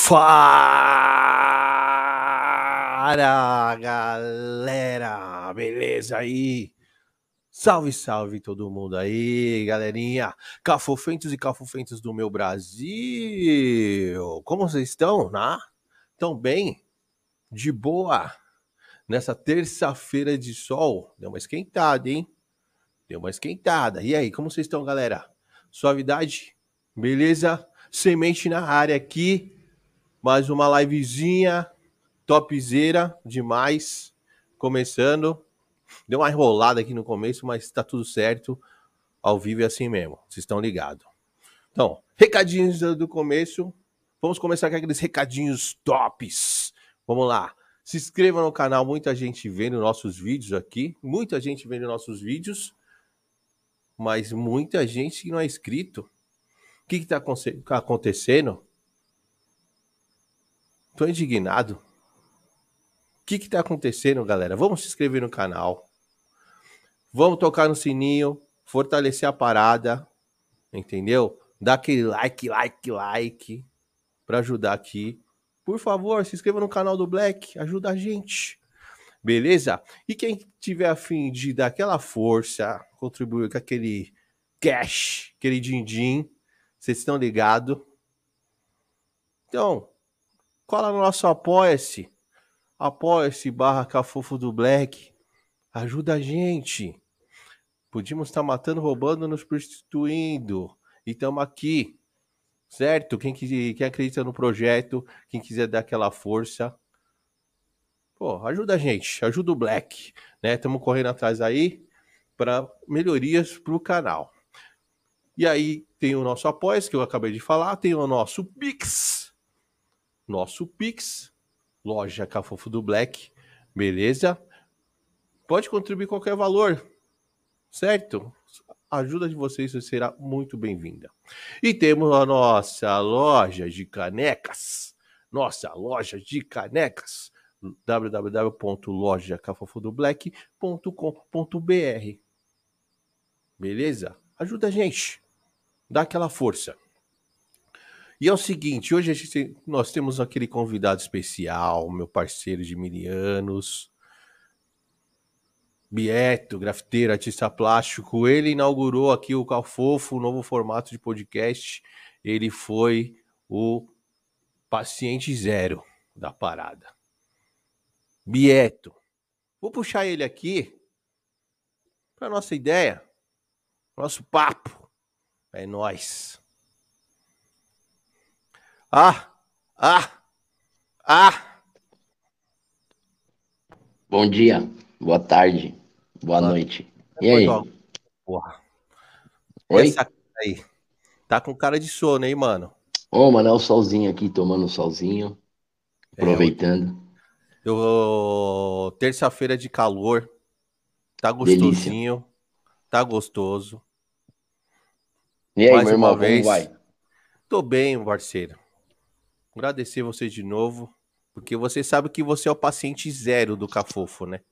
Fala, galera! Beleza aí? Salve, salve todo mundo aí, galerinha! Cafofentos e cafofentos do meu Brasil! Como vocês estão, né? Tão bem? De boa? Nessa terça-feira de sol, deu uma esquentada, hein? Deu uma esquentada. E aí, como vocês estão, galera? Suavidade? Beleza? Semente na área aqui. Mais uma livezinha topzera demais. Começando. Deu uma enrolada aqui no começo, mas tá tudo certo. Ao vivo é assim mesmo. Vocês estão ligados. Então, recadinhos do começo. Vamos começar com aqueles recadinhos tops. Vamos lá. Se inscreva no canal. Muita gente vendo nossos vídeos aqui. Muita gente vendo nossos vídeos. Mas muita gente que não é inscrito. O que tá acontecendo? Tô indignado. O que tá acontecendo, galera? Vamos se inscrever no canal. Vamos tocar no sininho. Fortalecer a parada. Entendeu? Dá aquele like. Pra ajudar aqui. Por favor, se inscreva no canal do Black. Ajuda a gente. Beleza? E quem tiver a fim de dar aquela força, contribuir com aquele cash, aquele din-din, vocês estão ligados? Então, cola no nosso Apoia-se. Apoia-se / Cafofo do Black. Ajuda a gente. Podíamos estar matando, roubando, nos prostituindo. E estamos aqui. Certo? Quem acredita no projeto, quem quiser dar aquela força. Pô, ajuda a gente. Ajuda o Black. Né? Estamos correndo atrás aí para melhorias para o canal. E aí tem o nosso Apoia, que eu acabei de falar. Tem o nosso Pix. Nosso Pix. Loja Cafofo do Black. Beleza? Pode contribuir qualquer valor. Certo? A ajuda de vocês será muito bem-vinda. E temos a nossa loja de canecas. Nossa loja de canecas. www.lojacafofodoblack.com.br. Beleza? Ajuda a gente. Dá aquela força. E é o seguinte, hoje nós temos aquele convidado especial, meu parceiro de 1000 anos, Bieto, grafiteiro, artista plástico. Ele inaugurou aqui o Cafofo, o novo formato de podcast. Ele foi o paciente zero da parada. Bieto. Vou puxar ele aqui para nossa ideia, nosso papo. É nóis. Ah! Bom dia, boa tarde, boa noite. E aí? Porra. Oi? Essa aí. Tá com cara de sono, hein, mano? Ô, mano, é o solzinho aqui, tomando um solzinho, aproveitando. Terça-feira de calor. Tá Delícia. gostosinho. Tá gostoso. E aí, Mais meu uma irmão, como vez. vai? Tô bem, parceiro. Agradecer você de novo. Porque você sabe que você é o paciente zero do Cafofo, né?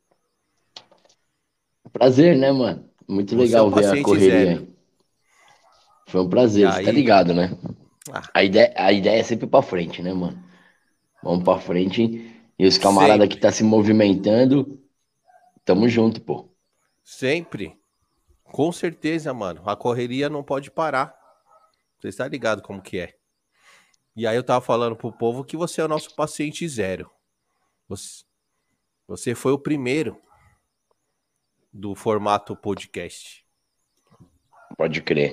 Prazer, né, mano? Muito Você é o legal ver a paciente correria zero. aí. Foi um E prazer, você tá aí. ligado, né? Ah, A ideia é sempre pra frente, né, mano? Vamos pra frente. E os camaradas que sempre. tá se movimentando, tamo junto, pô. Sempre. Com certeza, mano. A correria não pode parar. Você está ligado como que é. E aí eu tava falando pro povo que você é o nosso paciente zero. Você foi o primeiro do formato podcast. Pode crer.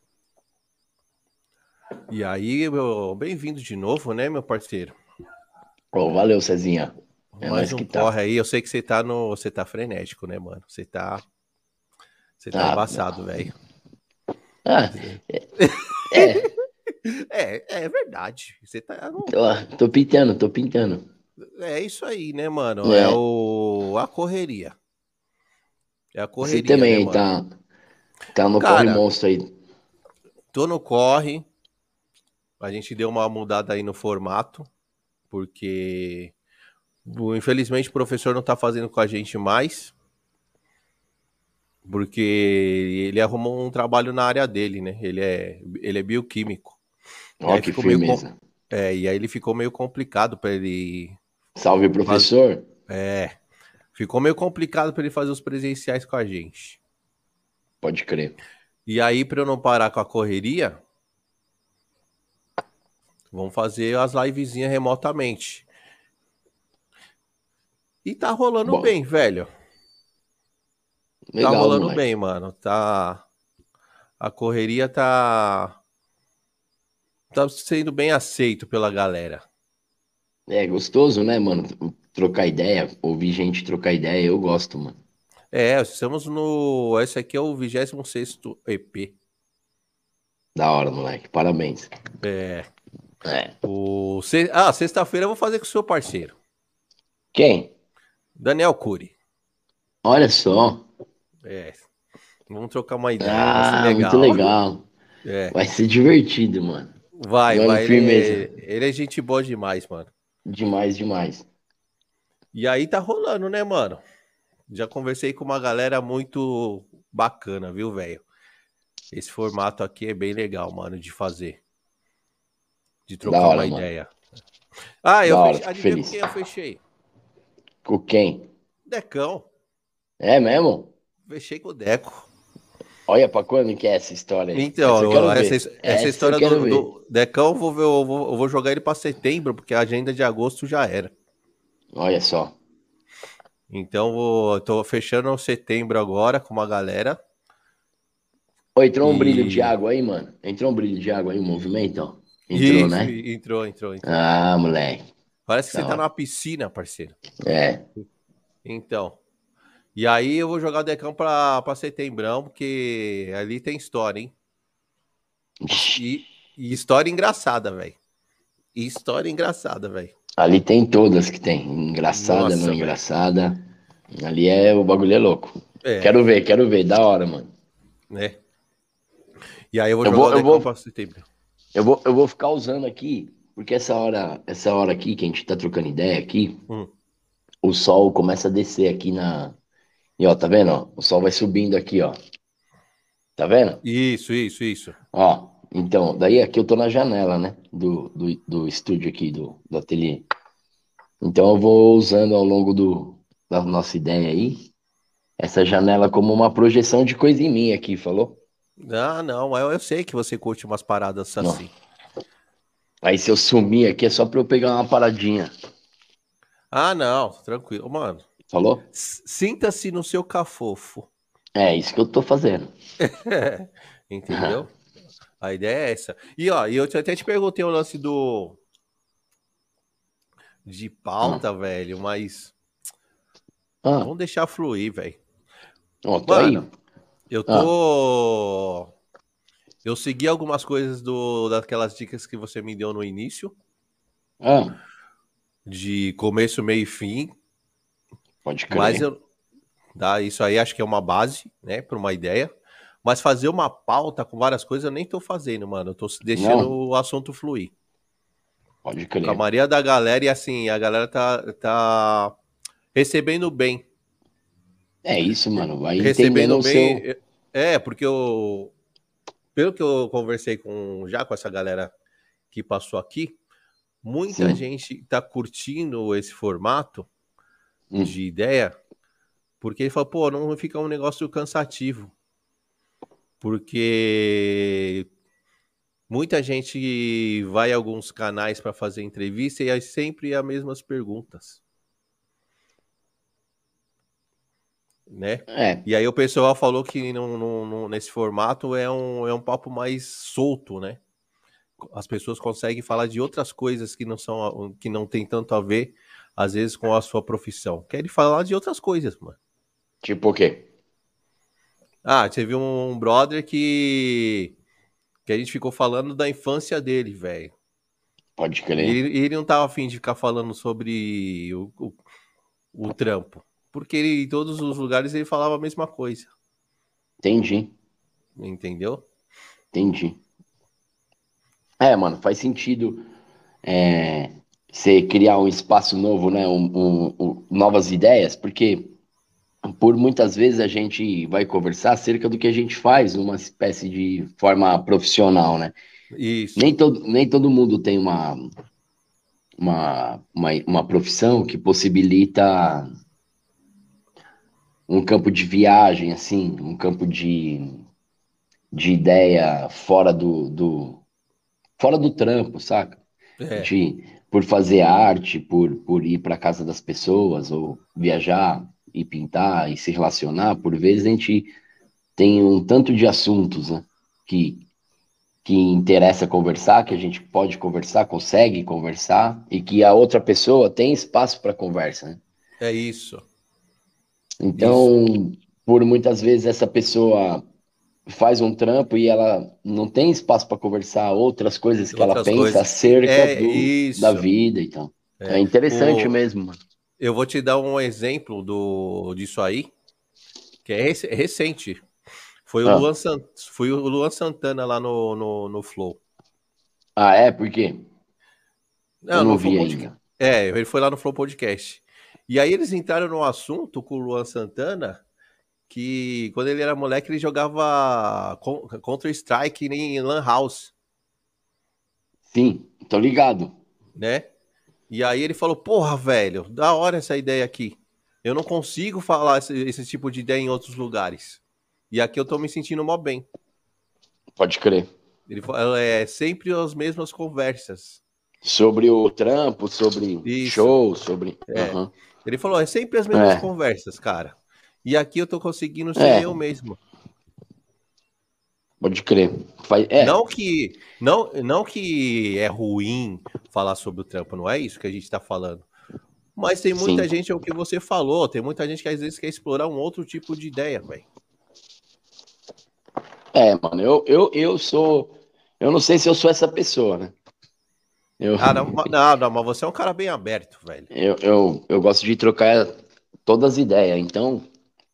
E aí, bem-vindo de novo, né, meu parceiro? Ô, valeu, Cezinha. É Mais nóis um que tá. corre aí. Eu sei que você tá frenético, né, mano? Você tá Ah, embaçado, velho. ah, é. É verdade. Você tá. Tô pintando, tô pintando. É isso aí, né, mano? É, A correria. É a você correria, né, também mano? tá no corre Cara, monstro aí. tô no corre. A gente deu uma mudada aí no formato, porque infelizmente o professor não tá fazendo com a gente mais, porque ele arrumou um trabalho na área dele, né? Ele é bioquímico. E Ó, aí que ficou meio, firmeza. E aí ele ficou meio complicado para ele. Salve, professor. É, ficou meio complicado para ele fazer os presenciais com a gente. Pode crer. E aí, para eu não parar com a correria, vamos fazer as livezinhas remotamente. E tá rolando Bom, bem, velho. Tá legal, rolando moleque. bem, mano. Tá. A correria tá sendo bem aceito pela galera. É gostoso, né, mano? Trocar ideia, ouvir gente trocar ideia, eu gosto, mano. Estamos no. Esse aqui é o 26º EP. Da hora, moleque. Parabéns. É. É. Sexta-feira eu vou fazer com o seu parceiro, Quem? Daniel Cury. Olha só. É. Vamos trocar uma ideia, vai ser Ah, muito legal. legal. É. Vai ser divertido, mano. Vai, Mano, vai. firmeza. Ele é gente boa demais, mano. Demais, demais. E aí tá rolando, né, mano? Já conversei com uma galera muito bacana, viu, velho? Esse formato aqui é bem legal, mano, de fazer. De Da trocar uma hora, mano. ideia. Eu Da hora, fechei. fico Adivinha com feliz. quem eu fechei? Com quem? Decão. É mesmo? Fechei com o Deco. Olha pra quando que é essa história aí. Essa eu Então, quero ver. essa Essa eu história quero ver. do Decão, eu vou jogar ele pra setembro, porque a agenda de agosto já era. Olha só. Então, eu tô fechando setembro agora com uma galera. Ô, entrou um brilho de E. água aí, mano? Entrou um brilho de água aí, um movimento, ó. Entrou, Isso, né? entrou. Ah, moleque. Parece que você Da tá hora. numa piscina, parceiro. É. Então. E aí eu vou jogar o Decão pra setembrão, porque ali tem história, hein? E história engraçada, velho. E história engraçada, velho. Ali tem todas que tem. Engraçada, não Nossa, velho. engraçada. Ali é o bagulho é louco. É, Quero ver. Da hora, mano. né? E aí eu vou Eu jogar vou, o eu Decão vou, pra setembro. eu vou ficar usando aqui, porque essa hora aqui que a gente tá trocando ideia aqui, Hum. o sol começa a descer aqui na. E ó, tá vendo? Ó? O sol vai subindo aqui, ó. Tá vendo? Isso. Ó, então, daí aqui eu tô na janela, né? Do estúdio aqui, do ateliê. Então eu vou usando ao longo da nossa ideia aí, essa janela como uma projeção de coisa em mim aqui, falou? Ah, não, eu sei que você curte umas paradas Não. assim. Aí se eu sumir aqui é só pra eu pegar uma paradinha, Ah, não, tranquilo. Mano, falou? sinta-se no seu cafofo. É isso que eu tô fazendo. Entendeu? A ideia é essa. E ó, eu até te perguntei o lance de Ah, pauta, velho, mas ah, vamos deixar fluir, velho. ó, tô aí. Mano, eu Ah, tô. Eu segui algumas coisas daquelas dicas que você me deu no início, ah, de começo, meio e fim, pode mas crer. isso aí acho que é uma base, né, para uma ideia. Mas fazer uma pauta com várias coisas eu nem tô fazendo, mano. Eu tô deixando Não, o assunto fluir. pode Com a crer. maioria da galera, e assim, a galera tá recebendo bem. É isso, mano. Vai entendendo Recebendo o bem. seu. Porque pelo que eu conversei com essa galera que passou aqui, muita Sim. gente tá curtindo esse formato Hum, de ideia, porque ele fala, pô, não fica um negócio cansativo. Porque muita gente vai a alguns canais para fazer entrevista e é sempre as mesmas perguntas, né? é, E aí o pessoal falou que nesse formato é um papo mais solto, né? As pessoas conseguem falar de outras coisas que não tem tanto a ver, às vezes, com a sua profissão. Querem falar de outras coisas, mano. tipo o quê? Ah, teve um brother que a gente ficou falando da infância dele, velho. Pode E crer. ele não tava afim de ficar falando sobre o trampo. Porque em todos os lugares ele falava a mesma coisa. Entendi, Entendeu? entendi. É, mano, faz sentido você criar um espaço novo, né? Novas ideias, porque por muitas vezes a gente vai conversar acerca do que a gente faz numa espécie de forma profissional, né? Isso. Nem todo mundo tem uma profissão que possibilita um campo de viagem, assim, um campo de ideia fora do trampo, saca? A É, gente, por fazer arte, por ir para casa das pessoas, ou viajar e pintar e se relacionar, por vezes a gente tem um tanto de assuntos, né, que interessa conversar, que a gente pode conversar, consegue conversar, e que a outra pessoa tem espaço para conversa, né? é isso. Isso. Então, por muitas vezes essa pessoa faz um trampo e ela não tem espaço para conversar outras coisas que ela Outras pensa coisas. acerca É da isso. vida, então. É É. interessante mesmo, mano. Eu vou te dar um exemplo disso aí, que é recente. Ah, Foi o Luan Santana lá no Flow. ah, é? Por quê? Eu Não, não no Flow vi Podcast. ainda. É, ele foi lá no Flow Podcast. E aí eles entraram no assunto com o Luan Santana, que quando ele era moleque ele jogava Counter-Strike em Lan House, Sim, tô ligado. né? E aí ele falou, porra, velho, da hora essa ideia aqui. Eu não consigo falar esse tipo de ideia em outros lugares. E aqui eu tô me sentindo mó bem. Pode crer. Ele falou, é sempre as mesmas conversas. Sobre o trampo, sobre Isso, show, sobre. é. Aham. Ele falou, é sempre as mesmas É, conversas, cara. E aqui eu tô conseguindo ser é, eu mesmo. pode crer. Não que é ruim falar sobre o trampo, não é isso que a gente tá falando. Mas tem muita Sim. gente, é o que você falou, tem muita gente que às vezes quer explorar um outro tipo de ideia, velho. É, mano, eu sou. Eu não sei se eu sou essa pessoa, né? Eu, Ah, não, não, não, mas você é um cara bem aberto, velho. eu gosto de trocar todas as ideias, então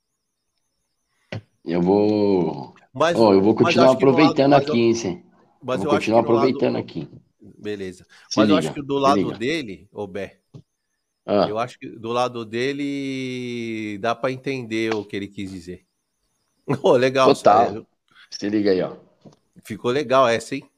eu vou. Mas, Ó, eu vou mas eu continuar acho que no lado, aproveitando aqui, hein, Cê? Eu mas vou eu acho continuar que no aproveitando lado, aqui. beleza. Se Mas eu acho liga, que do se lado liga. dele, ô Bé, eu Ah, acho que do lado dele dá pra entender o que ele quis dizer. Oh, legal, total. Se liga aí, ó. ficou legal essa, hein?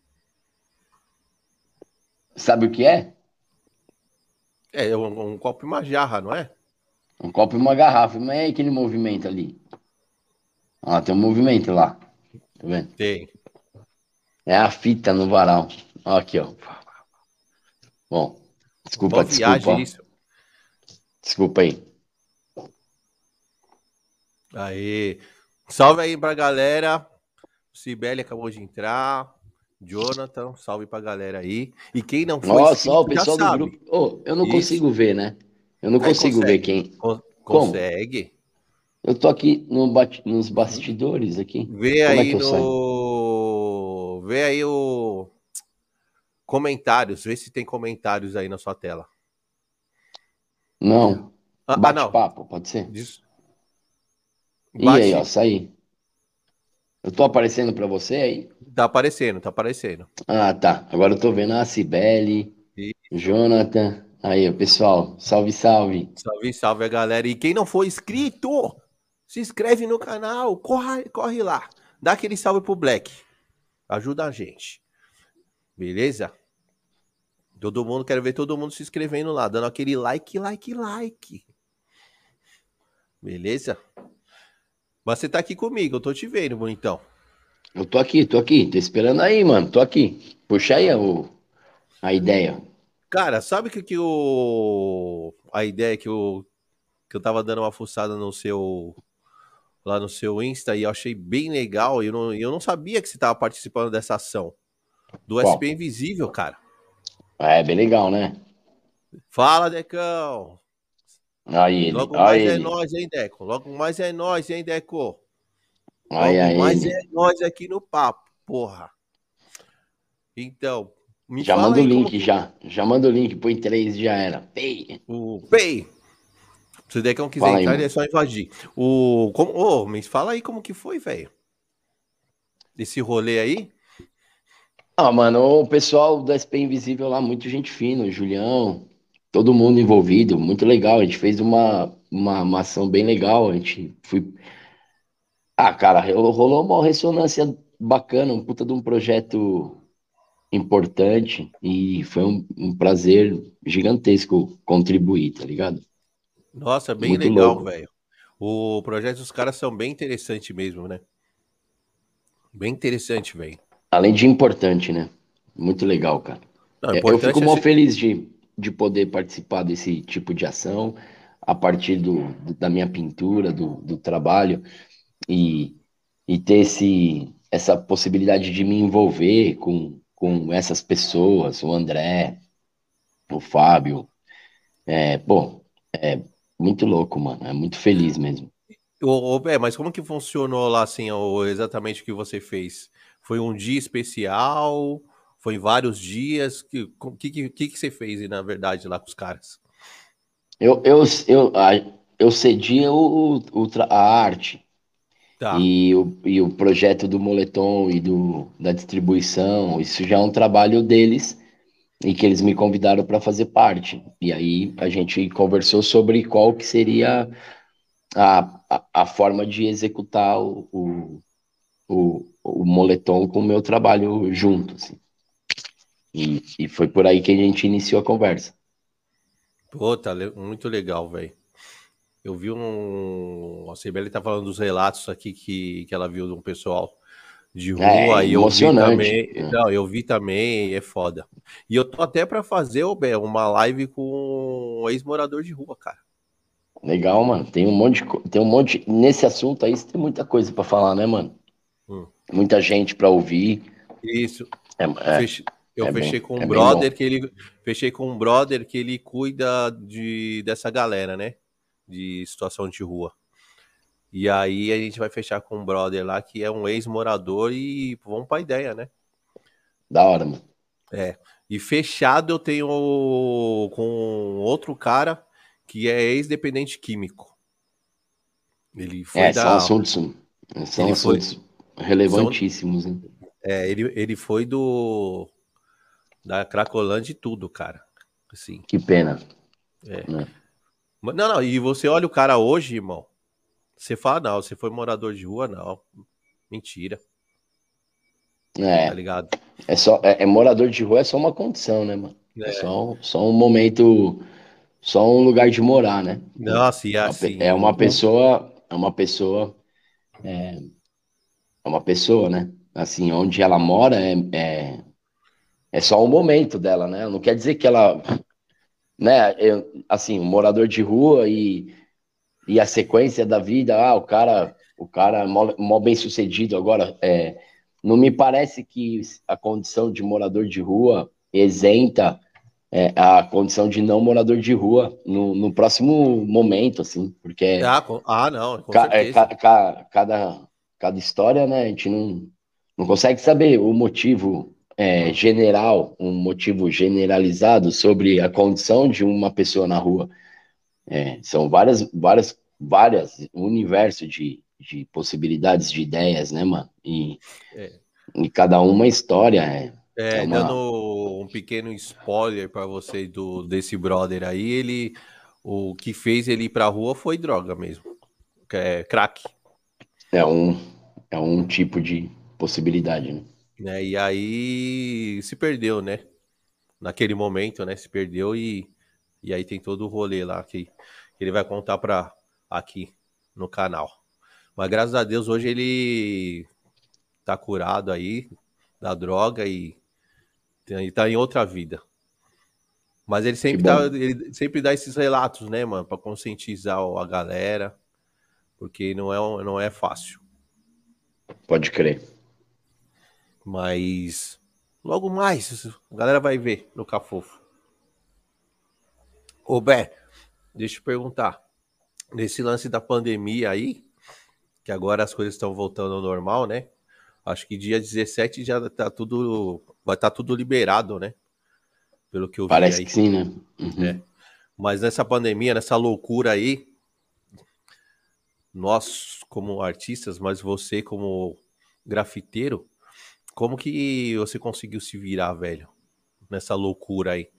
Sabe o que é? É um copo e uma jarra, não é? Um copo e uma garrafa. Mas é aquele movimento ali. Ó, tem um movimento lá. Tá vendo? Tem. É a fita no varal. Ó, aqui, ó. Bom, Mó desculpa, viagem ó. isso. Desculpa aí. Aí. Salve aí pra galera. Sibeli acabou de entrar. Jonathan, salve pra galera aí. E quem não for Ó, só o inscrito já pessoal do sabe. grupo. Ô, eu não Isso. consigo ver, né? Eu não Aí consigo ver consegue. quem. Como? Consegue. Eu tô aqui nos bastidores aqui. Vê Como é que aí eu saio? no. Vê aí o. Comentários. Vê se tem comentários aí na sua tela. Não. Não. Bate-papo, pode ser? Diz- E aí, ó, Bate. saí. Eu tô aparecendo pra você aí? Tá aparecendo, tá aparecendo. Ah, tá. Agora eu tô vendo a Cibele, Isso. Jonathan. Aí, ó, pessoal. Salve, salve. Salve, salve a galera. E quem não for inscrito, se inscreve no canal. Corre lá. Dá aquele salve pro Black. Ajuda a gente. Beleza? Todo mundo, quero ver todo mundo se inscrevendo lá, dando aquele like. Beleza? Mas você tá aqui comigo, eu tô te vendo, bonitão. Eu tô aqui. Tô esperando aí, mano. Tô aqui. Puxa aí a ideia. Cara, sabe que a ideia que eu tava dando uma fuçada no seu lá no seu Insta e eu achei bem legal, e eu não sabia que você tava participando dessa ação do Qual? SP Invisível, cara. Ah, é bem legal, né? Fala, Decão. Aí E ele, logo aí mais é ele. nós, hein, Deco? Logo mais é nós, hein, Deco? Aí, Logo aí mais é ele. nós aqui no papo, porra. Então, me Já fala manda o aí como link, que já. Já manda o link, põe três e já era. Pei. o Pay, se o Decão quiser Fala aí, entrar, ele é mano. só invadir. Me fala aí como que foi, velho. Esse rolê aí? Ah, mano, o pessoal da SP Invisível lá, muito gente fina, o Julião, todo mundo envolvido, muito legal. A gente fez uma ação bem legal. A gente foi. Ah, cara, rolou uma ressonância bacana, um puta de um projeto importante e foi um prazer gigantesco contribuir, tá ligado? Nossa, bem Muito legal, louco. velho. O projeto dos caras são bem interessante mesmo, né? Bem interessante, velho. Além de importante, né? Muito legal, cara. Não, o Eu fico importante é mó ser. feliz de poder participar desse tipo de ação a partir da minha pintura, do trabalho e, e ter essa possibilidade de me envolver com essas pessoas, o André, o Fábio. Pô, é muito louco, mano. É muito feliz mesmo. Mas como que funcionou lá, assim, exatamente o que você fez? Foi um dia especial? Foi vários dias? Que você fez, na verdade, lá com os caras? Eu, eu, eu cedia a arte Tá. e o projeto do moletom e da distribuição. Isso já é um trabalho deles e que eles me convidaram para fazer parte. E aí a gente conversou sobre qual que seria a forma de executar o moletom com o meu trabalho junto, assim. E foi por aí que a gente iniciou a conversa. Pô, tá muito legal, velho. Eu vi A Cibele tá falando dos relatos aqui que ela viu de um pessoal de É rua, e eu vi emocionante, também. né? Não, eu vi também, é foda. E eu tô até pra fazer, ô Bé, uma live com um ex-morador de rua, cara. Legal, mano. Tem um monte. Nesse assunto aí, você tem muita coisa pra falar, né, mano? Hum. Muita gente pra ouvir. Isso. É, Eu fechei com é um bem bom. brother que ele. Fechei com um brother que ele cuida dessa galera, né? De situação de rua. E aí a gente vai fechar com um brother lá que é um ex-morador e vamos pra ideia, né? Da hora, mano. É. E fechado eu tenho com outro cara que é ex-dependente químico. Ele foi É, da. são Ele foi. assuntos São, relevantíssimos, né? ele foi da Cracolândia e tudo, cara. Assim. Que pena, É. né? Não, não, e você olha o cara hoje, irmão. Você fala, não, você foi morador de rua, não. Mentira, tá É, ligado? é morador de rua é só uma condição, né, mano? É É. só um momento, só um lugar de morar, né? Nossa, e É assim, uma pessoa, é uma pessoa, né? Assim, onde ela mora é só um momento dela, né? Não quer dizer que ela, né? Assim, um morador de rua e a sequência da vida, o cara é mó bem sucedido. Agora, não me parece que a condição de morador de rua isenta a condição de não morador de rua no próximo momento, assim, porque não, com ca- é, ca- certeza. ca- cada, cada história, né, a gente não consegue saber o motivo general, um motivo generalizado sobre a condição de uma pessoa na rua. São várias, um universo de possibilidades de ideias, né, mano? É, E cada uma história é dando uma, um pequeno spoiler pra você desse brother aí, o que fez ele ir pra rua foi droga mesmo, que é crack, é um, é um tipo de possibilidade, né? né? E aí se perdeu, né? Naquele momento, né? Se perdeu e aí tem todo o rolê lá que ele vai contar pra aqui no canal. Mas graças a Deus hoje ele tá curado aí da droga e tá em outra vida. Mas Que bom, ele sempre dá esses relatos, né, mano, pra conscientizar a galera, porque não é fácil. pode crer. Mas logo mais a galera vai ver no Cafofo. Ô, Bé, deixa eu te perguntar. Nesse lance da pandemia aí, que agora as coisas estão voltando ao normal, né? Acho que dia 17 já tá tudo, vai estar tudo liberado, né? Pelo que eu vi Parece que aí. sim, né? É. Uhum. Mas nessa pandemia, nessa loucura aí, nós como artistas, mas você como grafiteiro, como que você conseguiu se virar, velho? Nessa loucura aí?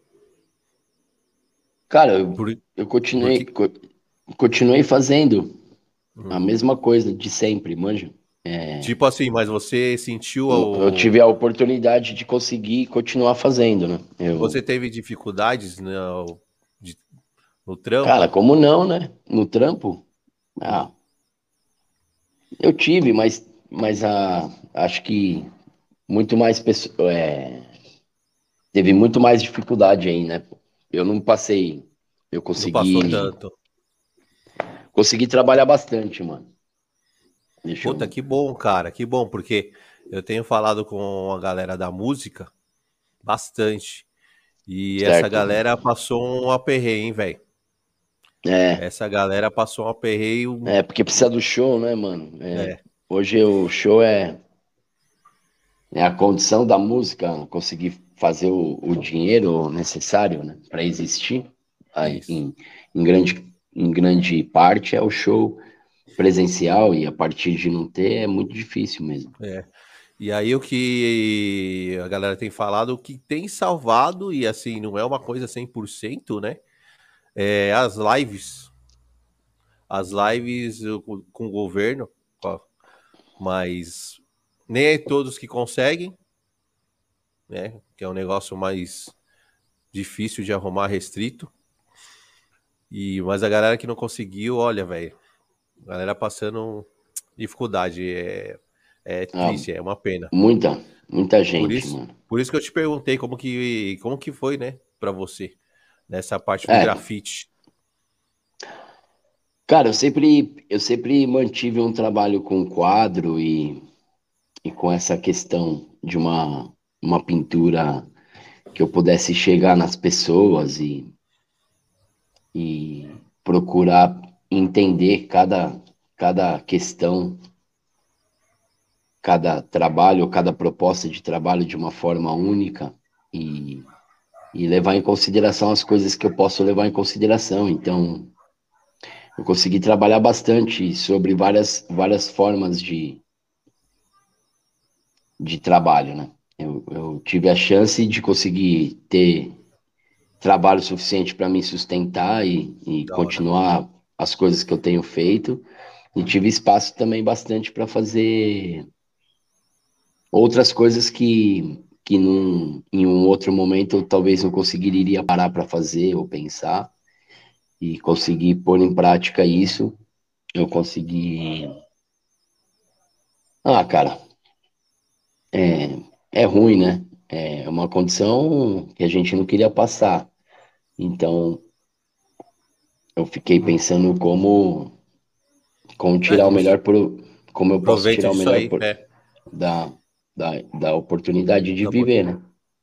Cara, Por, eu porque. continuei fazendo a Hum, mesma coisa de sempre, manja. Tipo assim, mas você sentiu Eu tive a oportunidade de conseguir continuar fazendo, né? você teve dificuldades de- no Cara, trampo? como não, né? No trampo, Hum. ah, eu tive, mas acho que muito mais pessoas, teve muito mais dificuldade aí, né? Eu não passei, eu Não passou consegui, tanto. consegui trabalhar bastante, mano. Deixa Puta, eu, que bom, cara, que bom, porque eu tenho falado com a galera da música bastante. E essa certo? galera passou um aperreio, hein, velho? É, Essa galera passou um aperreio. porque precisa do show, né, mano? É, Hoje o show é a condição da música conseguir fazer o dinheiro necessário, né, para existir. Aí, isso. em grande parte é o show presencial e a partir de não ter é muito difícil mesmo. É. E aí o que a galera tem falado, o que tem salvado, e assim, não é uma coisa 100%, né? É as lives. As lives com o governo, ó, mas nem é todos que conseguem, né? Que é um negócio mais difícil de arrumar restrito. Mas a galera que não conseguiu, olha, velho, a galera passando dificuldade. É Ah, triste, é uma pena. muita Por gente, isso, mano. por isso que eu te perguntei como que foi, né, pra você, nessa parte do É, grafite. cara, eu sempre mantive um trabalho com quadro e com essa questão de uma pintura que eu pudesse chegar nas pessoas e procurar entender cada questão, cada trabalho, cada proposta de trabalho de uma forma única e, e levar em consideração as coisas que eu posso levar em consideração. Então, eu consegui trabalhar bastante sobre várias formas de trabalho, né? Eu tive a chance de conseguir ter trabalho suficiente para me sustentar e Da hora. continuar as coisas que eu tenho feito. E tive espaço também bastante para fazer outras coisas que em um outro momento eu talvez não conseguiria parar para fazer ou pensar. E conseguir pôr em prática isso, eu consegui. Ah, cara, é ruim, né? É uma condição que a gente não queria passar. Então, eu fiquei pensando como É, tirar o melhor como eu posso aproveita tirar o disso melhor aí. É. da, da oportunidade de Da viver, né?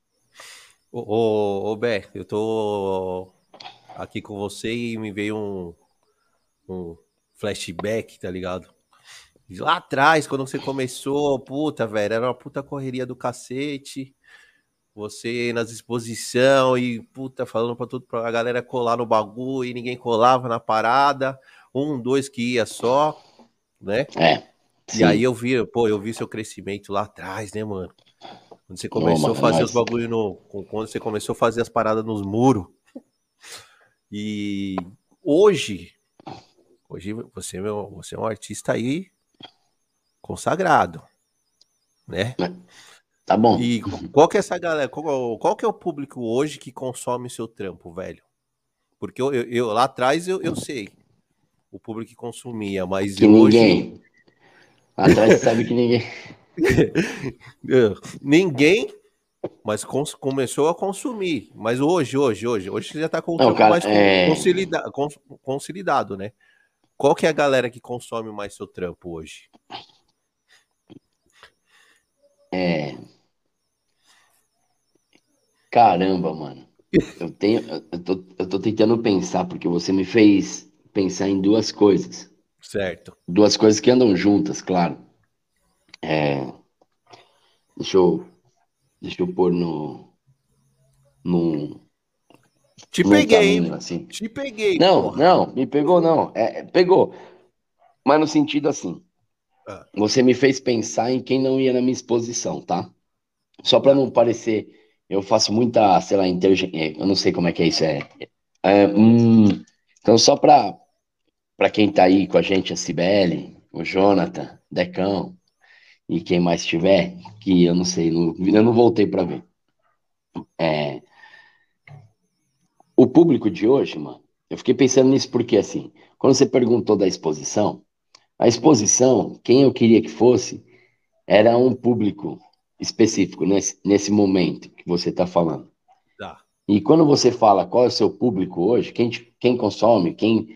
ô, Bé, eu tô aqui com você e me veio um flashback, tá ligado? De lá atrás, quando você começou, puta, velho, era uma puta correria do cacete. Você nas exposição e, puta, falando pra tudo, pra galera colar no bagulho e ninguém colava na parada. Um, dois que ia só, né? É, E aí sim. eu vi seu crescimento lá atrás, né, mano? Quando você Ô, começou a mano, é fazer os nóis. bagulho quando você começou a fazer as paradas nos muros. E hoje, hoje você é um artista aí consagrado, né? Tá bom. E qual que é essa galera? Qual que é o público hoje que consome seu trampo, velho? Porque lá atrás eu sei o público que consumia, mas Que hoje ninguém. Atrás você sabe que ninguém. ninguém, mas começou a consumir. Mas hoje você já tá com o Não, trampo cara, mais consolidado, né? Qual que é a galera que consome mais seu trampo hoje? é. Caramba, mano. Eu tô tentando pensar, porque você me fez pensar em duas coisas. Certo. Duas coisas que andam juntas, claro. É, deixa eu, deixa eu pôr num, Te num peguei, caminho hein? assim. Te peguei, Não, porra. não, me pegou, não. Pegou. Mas no sentido assim, Ah, você me fez pensar em quem não ia na minha exposição, tá? Só para tá. não parecer, eu faço muita, sei lá, eu não sei como é que é isso, então só para quem tá aí com a gente, a Cibele, o Jonathan, Decão. e quem mais tiver, que eu não sei, eu não voltei para ver. É, o público de hoje, mano, eu fiquei pensando nisso porque, assim, quando você perguntou da exposição, a exposição, quem eu queria que fosse, era um público específico nesse momento que você está falando. Tá. E quando você fala qual é o seu público hoje, quem consome,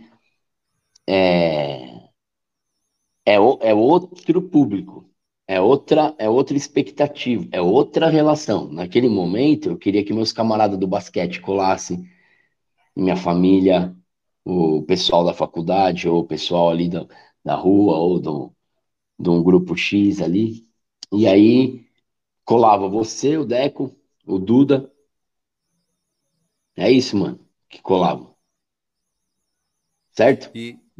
é, é outro público, é outra expectativa, é outra relação. Naquele momento, eu queria que meus camaradas do basquete colassem, minha família, o pessoal da faculdade, ou o pessoal ali da rua, ou de um grupo X ali. E aí colava você, o Deco, o Duda. É isso, mano, que colava, certo?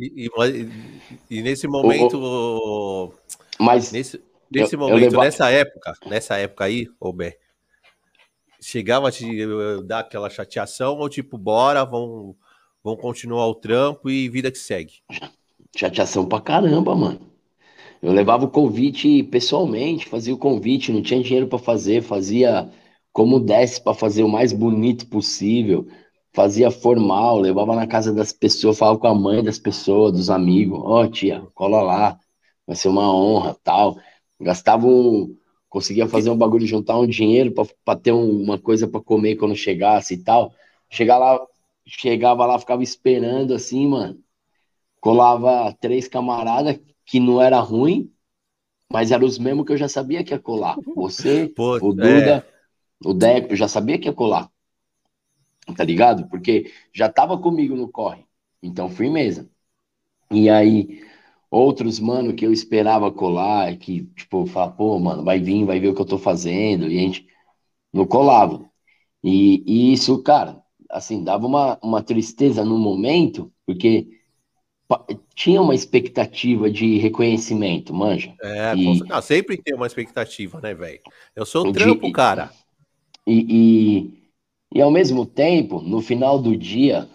E nesse O, momento, mas nesse, eu, nesse eu momento, levar. nessa época aí, ô Bé, chegava a te dar aquela chateação ou tipo, bora, vamos continuar o trampo e vida que segue? Chateação pra caramba, mano. Eu levava o convite pessoalmente, fazia o convite, não tinha dinheiro pra fazer, fazia como desse pra fazer o mais bonito possível, fazia formal, levava na casa das pessoas, falava com a mãe das pessoas, dos amigos, ó, tia, cola lá, vai ser uma honra, tal. Gastava conseguia fazer Que- um bagulho, juntar um dinheiro pra ter uma coisa pra comer quando chegasse e tal. Chegar lá, chegava lá, ficava esperando assim, mano. Colava três camaradas que não era ruim, mas eram os mesmos que eu já sabia que ia colar. Você, Pô, o Duda, o Deco, eu já sabia que ia colar, tá ligado? Porque já tava comigo no corre. Então, firmeza. E aí, outros, mano, que eu esperava colar, que, tipo, falar, pô, mano, vai vir, vai ver o que eu tô fazendo, e a gente não colava. E isso, cara, assim, dava uma tristeza no momento, porque tinha uma expectativa de reconhecimento, manja. E, não, sempre tem uma expectativa, né, velho? Eu sou trampo, de, cara. e, e, e ao mesmo tempo, no final do dia,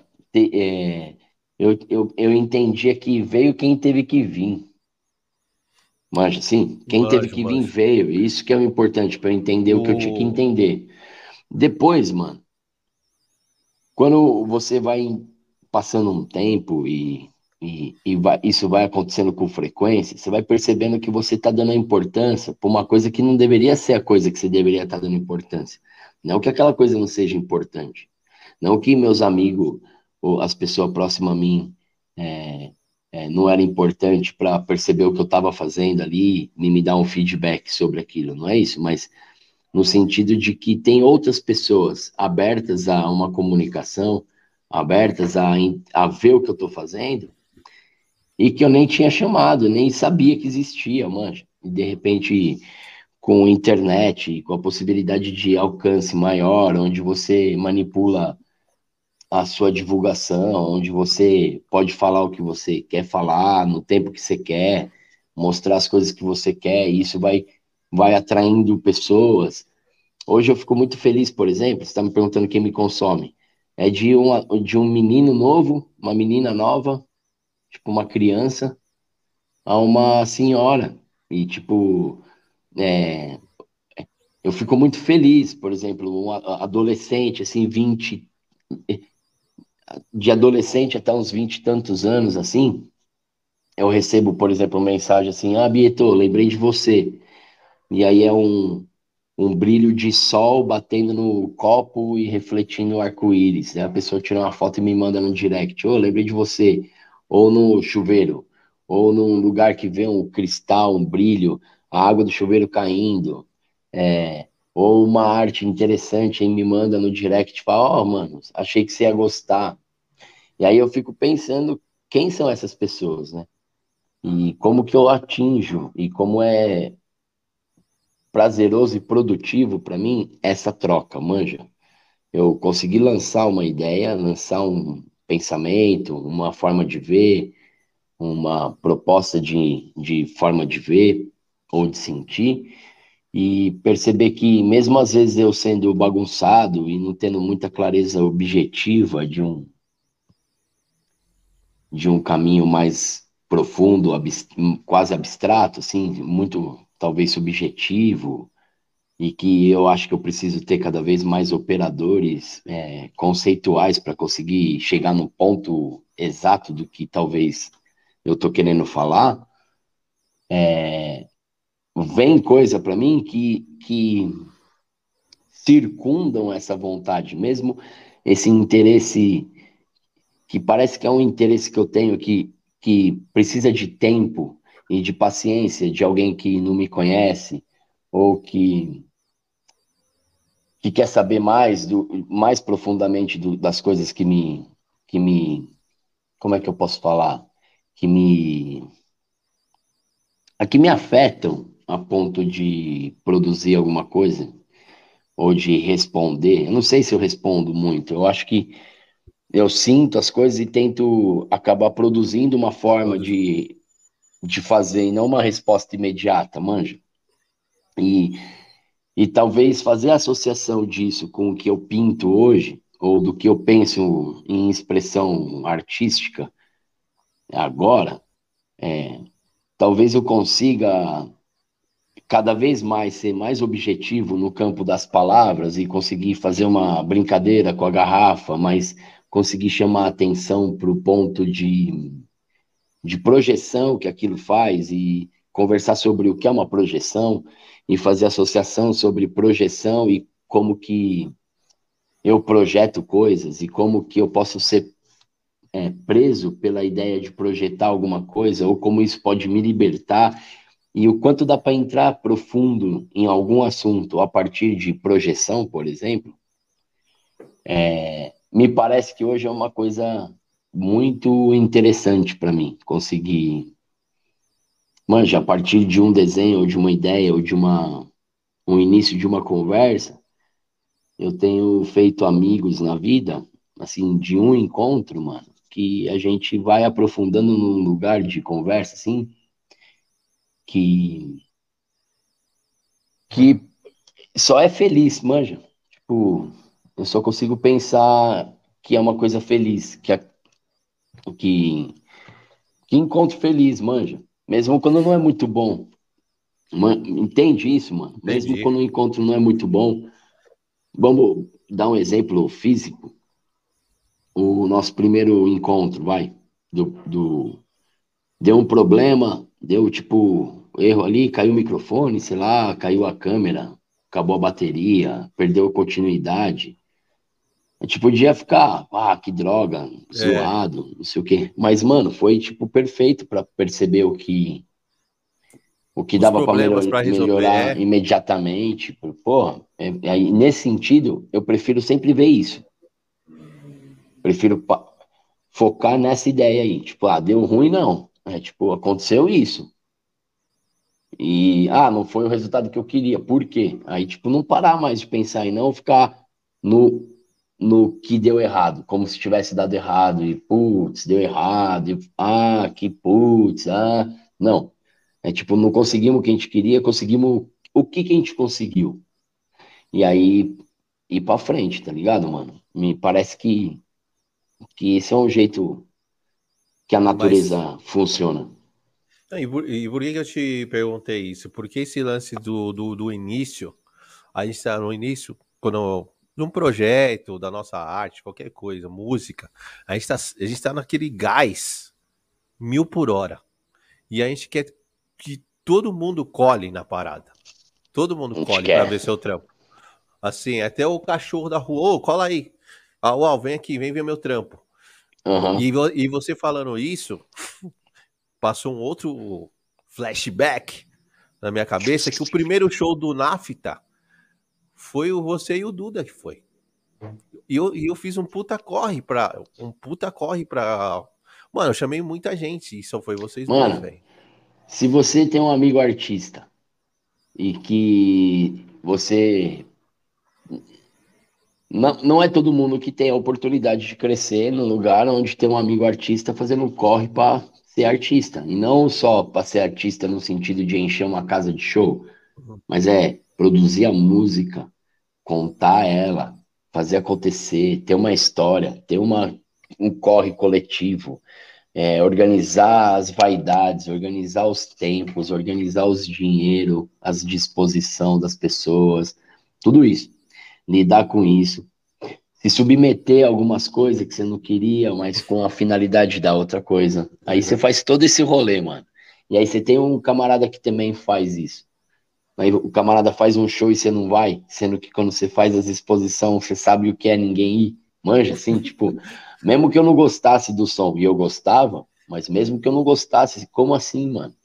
eu entendia que veio quem teve que vir. Manja, sim, quem teve Manjo, que vir manjo. veio. Isso que é o importante para eu entender o que eu tinha que O... entender. Depois, mano, quando você vai passando um tempo isso vai acontecendo com frequência, você vai percebendo que você está dando importância para uma coisa que não deveria ser a coisa que você deveria estar dando importância. Não que aquela coisa não seja importante. Não que meus amigos ou as pessoas próximas a mim é, não era importante para perceber o que eu estava fazendo ali e me dar um feedback sobre aquilo. Não é isso, mas no sentido de que tem outras pessoas abertas a uma comunicação, abertas a ver o que eu estou fazendo, e que eu nem tinha chamado, nem sabia que existia, manja. E de repente, com a internet, com a possibilidade de alcance maior, onde você manipula a sua divulgação, onde você pode falar o que você quer falar, no tempo que você quer, mostrar as coisas que você quer, e isso vai atraindo pessoas. Hoje eu fico muito feliz, por exemplo, você está me perguntando quem me consome. É de um menino novo, uma menina nova, tipo uma criança, a uma senhora. E, tipo, é, eu fico muito feliz, por exemplo, um adolescente, assim, de adolescente até uns 20 e tantos anos, assim, eu recebo, por exemplo, uma mensagem assim, ah, Bieto, lembrei de você. E aí é um brilho de sol batendo no copo e refletindo o arco-íris. Aí a pessoa tira uma foto e me manda no direct. Ô, lembrei de você. Ou no chuveiro. Ou num lugar que vê um cristal, um brilho, a água do chuveiro caindo. Ou uma arte interessante e me manda no direct. Fala, ó, mano, achei que você ia gostar. E aí eu fico pensando quem são essas pessoas, né? E como que eu atinjo e como é prazeroso e produtivo para mim essa troca, manja. Eu consegui lançar uma ideia, lançar um pensamento, uma forma de ver, uma proposta de forma de ver ou de sentir, e perceber que, mesmo às vezes eu sendo bagunçado e não tendo muita clareza objetiva de um caminho mais profundo, quase abstrato, assim, muito talvez subjetivo, e que eu acho que eu preciso ter cada vez mais operadores conceituais para conseguir chegar no ponto exato do que talvez eu estou querendo falar, vem coisa para mim que circundam essa vontade, mesmo esse interesse que parece que é um interesse que eu tenho que precisa de tempo e de paciência de alguém que não me conhece ou que quer saber mais profundamente das coisas como é que eu posso falar? Que me, que me afetam a ponto de produzir alguma coisa ou de responder. Eu não sei se eu respondo muito. Eu acho que eu sinto as coisas e tento acabar produzindo uma forma Todos. de fazer e não uma resposta imediata, manja. E, e talvez fazer a associação disso com o que eu pinto hoje, ou do que eu penso em expressão artística agora, talvez eu consiga cada vez mais ser mais objetivo no campo das palavras e conseguir fazer uma brincadeira com a garrafa, mas conseguir chamar a atenção para o ponto de projeção que aquilo faz e conversar sobre o que é uma projeção e fazer associação sobre projeção e como que eu projeto coisas e como que eu posso ser preso pela ideia de projetar alguma coisa ou como isso pode me libertar e o quanto dá para entrar profundo em algum assunto a partir de projeção, por exemplo, me parece que hoje é uma coisa muito interessante para mim conseguir. Manja, a partir de um desenho, ou de uma ideia, ou de um início de uma conversa, eu tenho feito amigos na vida, assim, de um encontro, mano, que a gente vai aprofundando num lugar de conversa, assim, que, que só é feliz, manja. Tipo, eu só consigo pensar que é uma coisa feliz, que, que encontro feliz, manja. Mesmo quando não é muito bom. Entende isso, mano? Mesmo Entendi. quando o encontro não é muito bom. Vamos dar um exemplo físico. O nosso primeiro encontro, vai, deu um problema, deu tipo erro ali, caiu o microfone, sei lá, caiu a câmera, acabou a bateria, perdeu a continuidade. A gente podia ficar, que droga, É, zoado, não sei o quê. Mas, mano, foi tipo perfeito para perceber o que os dava para problemas para resolver. melhorar imediatamente. Porra, nesse sentido, eu prefiro sempre ver isso. Prefiro focar nessa ideia aí. Tipo, deu ruim, não. É, tipo, aconteceu isso. E, não foi o resultado que eu queria. Por quê? Aí, tipo, não parar mais de pensar e não ficar no, no que deu errado, como se tivesse dado errado. E, putz, deu errado. E, que putz, Não. É tipo, não conseguimos o que a gente queria, conseguimos o que a gente conseguiu. E aí, ir pra frente, tá ligado, mano? Me parece que esse é um jeito que a Mas natureza funciona. e por que eu te perguntei isso? Porque esse lance do início, a gente está no início, quando de um projeto, da nossa arte, qualquer coisa, música, a gente tá naquele gás 1000 por hora. E a gente quer que todo mundo cole na parada. Todo mundo A gente cole pra ver quer. seu trampo. Assim, até o cachorro da rua, ô, cola aí. Uau, vem aqui, vem ver meu trampo. Aham. E você falando isso, passou um outro flashback na minha cabeça que o primeiro show do Nafta foi você e o Duda que foi. E eu fiz um puta corre pra. Mano, eu chamei muita gente e só foi vocês dois, Mano, velho. se você tem um amigo artista e que você. Não é todo mundo que tem a oportunidade de crescer no lugar onde tem um amigo artista fazendo corre para ser artista. E não só para ser artista no sentido de encher uma casa de show, mas é produzir a música, contar ela, fazer acontecer, ter uma história, ter um corre coletivo, organizar as vaidades, organizar os tempos, organizar os dinheiro, as disposição das pessoas, tudo isso. Lidar com isso. Se submeter a algumas coisas que você não queria, mas com a finalidade da outra coisa. Aí você Uhum. faz todo esse rolê, mano. E aí você tem um camarada que também faz isso. Aí o camarada faz um show e você não vai, sendo que quando você faz as exposições, você sabe o que é ninguém ir. Manja, assim, tipo, mesmo que eu não gostasse do som, e eu gostava, mas mesmo que eu não gostasse, como assim, mano?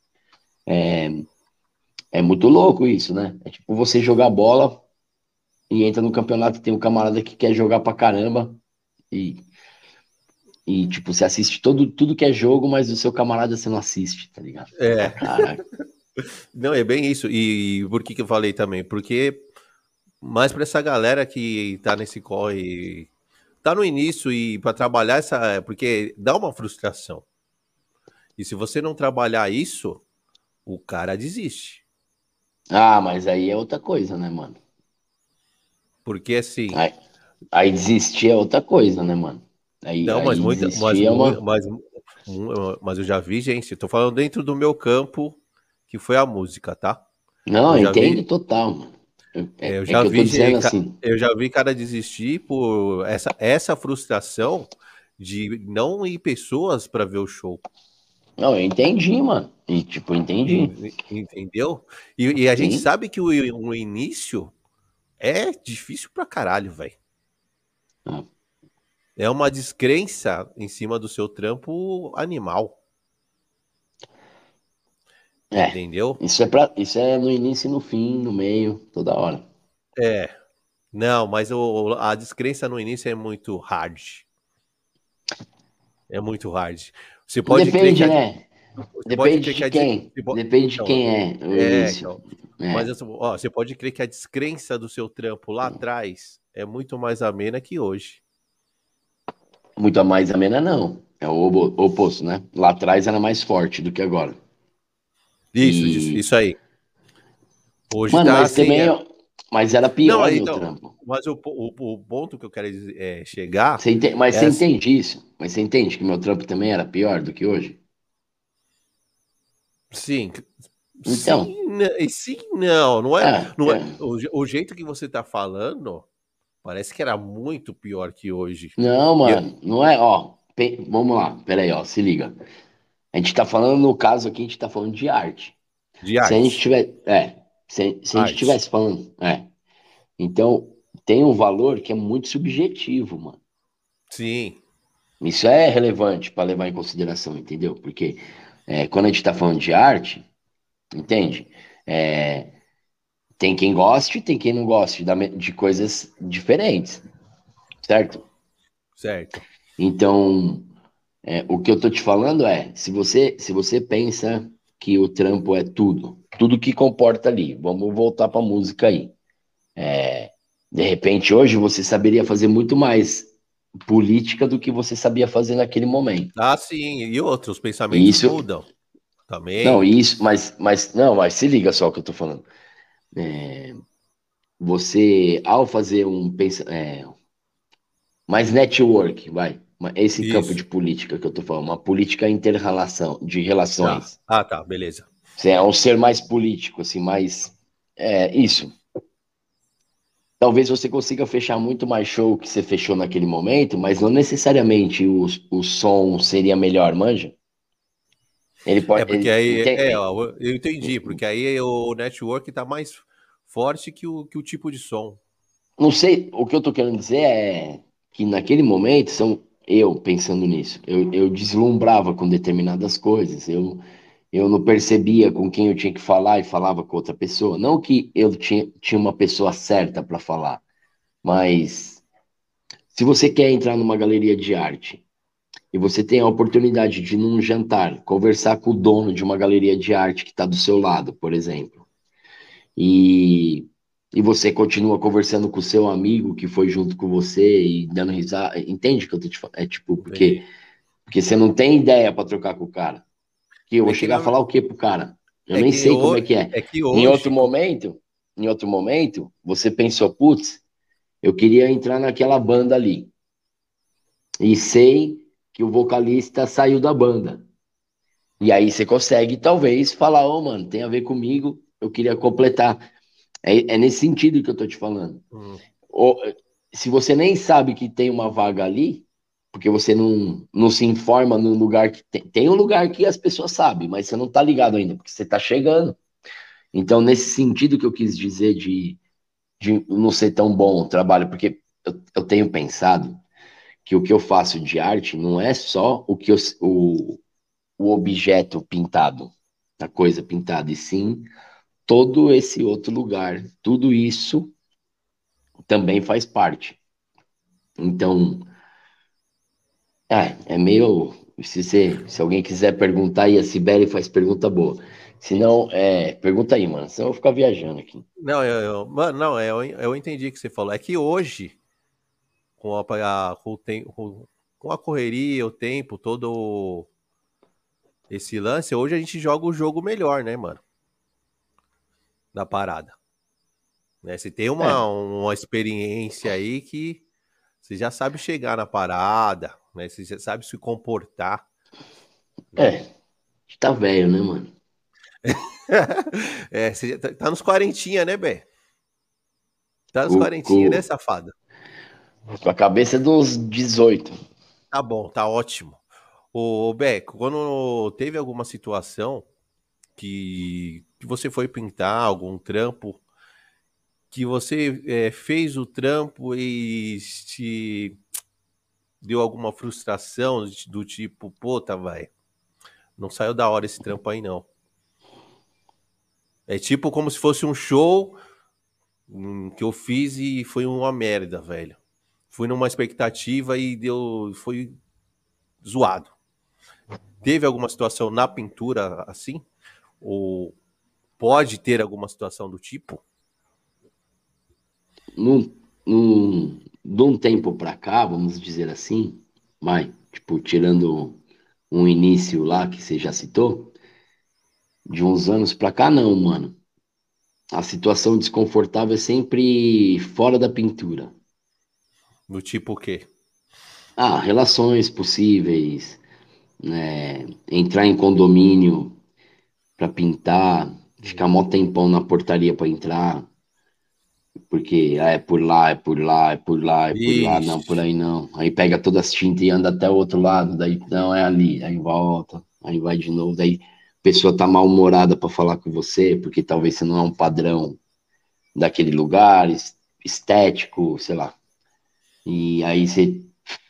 É muito louco isso, né? É tipo você jogar bola e entra no campeonato e tem um camarada que quer jogar pra caramba e, tipo, você assiste tudo que é jogo, mas o seu camarada você não assiste, tá ligado? Você fala, É, caraca. não, é bem isso. E por que que eu falei também? Porque mais para essa galera que tá nesse corre, tá no início e para trabalhar essa, porque dá uma frustração. E se você não trabalhar isso, o cara desiste. Ah, mas aí é outra coisa, né, mano? Porque assim, Aí, aí desistir é outra coisa, né, mano? Aí, não, mas aí muita, desistir é uma. mas eu já vi, gente, eu tô falando dentro do meu campo, que foi a música, tá? Não, Eu eu já entendo vi, total, mano. eu É já que eu tô vi, dizendo assim. eu já vi cara desistir por essa frustração de não ir pessoas para ver o show. Não, eu entendi, mano. E, tipo, entendi. Entendeu? E a gente Sim. sabe que o início é difícil pra caralho, velho. Ah, É uma descrença em cima do seu trampo animal, é. entendeu? Isso é no início e no fim, no meio, toda hora. É, não, mas a descrença no início é muito hard. É muito hard. Você pode crer que Depende, a, né? você pode Depende crer que de quem. Depende de então, quem é o início. então, mas É. ó, você pode crer que a descrença do seu trampo lá atrás é muito mais amena que hoje. Muito a mais amena, não. É o oposto, né? Lá atrás era mais forte do que agora. E. Isso aí. Hoje Mano, tá mas assim, também. Mas era não, pior aí, meu então, trampo. mas o ponto que eu quero chegar Mas é você assim, entende isso? Mas você entende que meu trampo também era pior do que hoje? sim, Então. e sim, não, Ah, não é, o jeito que você tá falando parece que era muito pior que hoje. não, E mano, não é, ó, vamos lá, peraí, ó, se liga. A gente tá falando, no caso aqui, a gente tá falando de arte. de Se a gente arte, tiver, se a gente arte, tivesse falando, então tem um valor que é muito subjetivo, mano. sim, Isso é relevante para levar em consideração, entendeu? Porque quando a gente tá falando de arte, entende? É, tem quem goste e tem quem não goste de coisas diferentes, certo? certo. Então, o que eu tô te falando é, se você pensa que o trampo é tudo que comporta ali, vamos voltar pra música aí. De repente, hoje você saberia fazer muito mais política do que você sabia fazer naquele momento. Ah, sim, e outros E pensamentos isso, mudam não, também. isso, não, mas se liga só o que eu tô falando. Você, ao fazer mais network, esse campo de Isso, política que eu tô falando, uma política interrelação, de tá. relações. Ah, tá, beleza. Você é um ser mais político, assim, mais. Isso. Talvez você consiga fechar muito mais show que você fechou naquele momento, mas não necessariamente o som seria melhor, manja? Ele É pode. porque aí, Entende? ó, eu entendi, porque aí o network tá mais forte que o tipo de som. Não sei, o que eu tô querendo dizer é que naquele momento, eu pensando nisso, eu deslumbrava com determinadas coisas, eu não percebia com quem eu tinha que falar e falava com outra pessoa. Não que eu tinha uma pessoa certa para falar, mas se você quer entrar numa galeria de arte e você tem a oportunidade de, num jantar, conversar com o dono de uma galeria de arte que está do seu lado, por exemplo, e, e você continua conversando com o seu amigo que foi junto com você e dando risada, entende o que eu tô te falando? É tipo, Entendi. porque você não tem ideia para trocar com o cara. Que eu vou É que, chegar a na, falar o que pro cara? Eu é nem que, sei como é que é. é que Em outro hoje, momento, em outro momento, você pensou, putz, eu queria entrar naquela banda ali. E sei que o vocalista saiu da banda. E aí você consegue, talvez, falar, ô, mano, tem a ver comigo, eu queria completar. É nesse sentido que eu tô te falando. Hum. Ou, se você nem sabe que tem uma vaga ali, porque você não se informa no lugar que tem. Tem um lugar que as pessoas sabem, mas você não tá ligado ainda, porque você tá chegando. Então, nesse sentido que eu quis dizer de não ser tão bom o trabalho, porque eu tenho pensado que o que eu faço de arte não é só o objeto pintado, a coisa pintada, e sim todo esse outro lugar. Tudo isso também faz parte. Então, é meio. Se alguém quiser perguntar aí, a Cibele faz pergunta boa. Se não, pergunta aí, mano. Senão eu vou ficar viajando aqui. Não, mano, não, eu entendi o que você falou. É que hoje, com o tempo, com a correria, o tempo, todo esse lance, hoje a gente joga o jogo melhor, né, mano? Da parada. Né? Você tem É, uma experiência aí que você já sabe chegar na parada, né? Você já sabe se comportar, né? é. Tá velho, né, mano? É, você já tá nos quarentinha, né, Bé? Tá nos Com, quarentinha, né, com, safado? com a cabeça dos 18. Tá bom, tá ótimo. Ô, Beco, quando teve alguma situação que você foi pintar algum trampo, que você fez o trampo e te deu alguma frustração do tipo, puta, vai, não saiu da hora esse trampo aí, não. É tipo como se fosse um show que eu fiz e foi uma merda, velho. Fui numa expectativa e foi zoado. Teve alguma situação na pintura assim? Ou pode ter alguma situação do tipo? Num, de um tempo pra cá, vamos dizer assim, vai, tipo, tirando um início lá que você já citou, de uns anos pra cá, não, mano. A situação desconfortável é sempre fora da pintura. Do tipo o quê? Ah, relações possíveis, entrar em condomínio pra pintar, ficar mó Hum, tempão na portaria pra entrar, porque é por lá, é por lá, é por lá, é por lá, não, por Ixi, aí não. Aí pega todas as tintas e anda até o outro lado, daí não, é ali, aí volta, aí vai de novo, daí a pessoa tá mal-humorada pra falar com você, porque talvez você não é um padrão daquele lugar, estético, sei lá. E aí você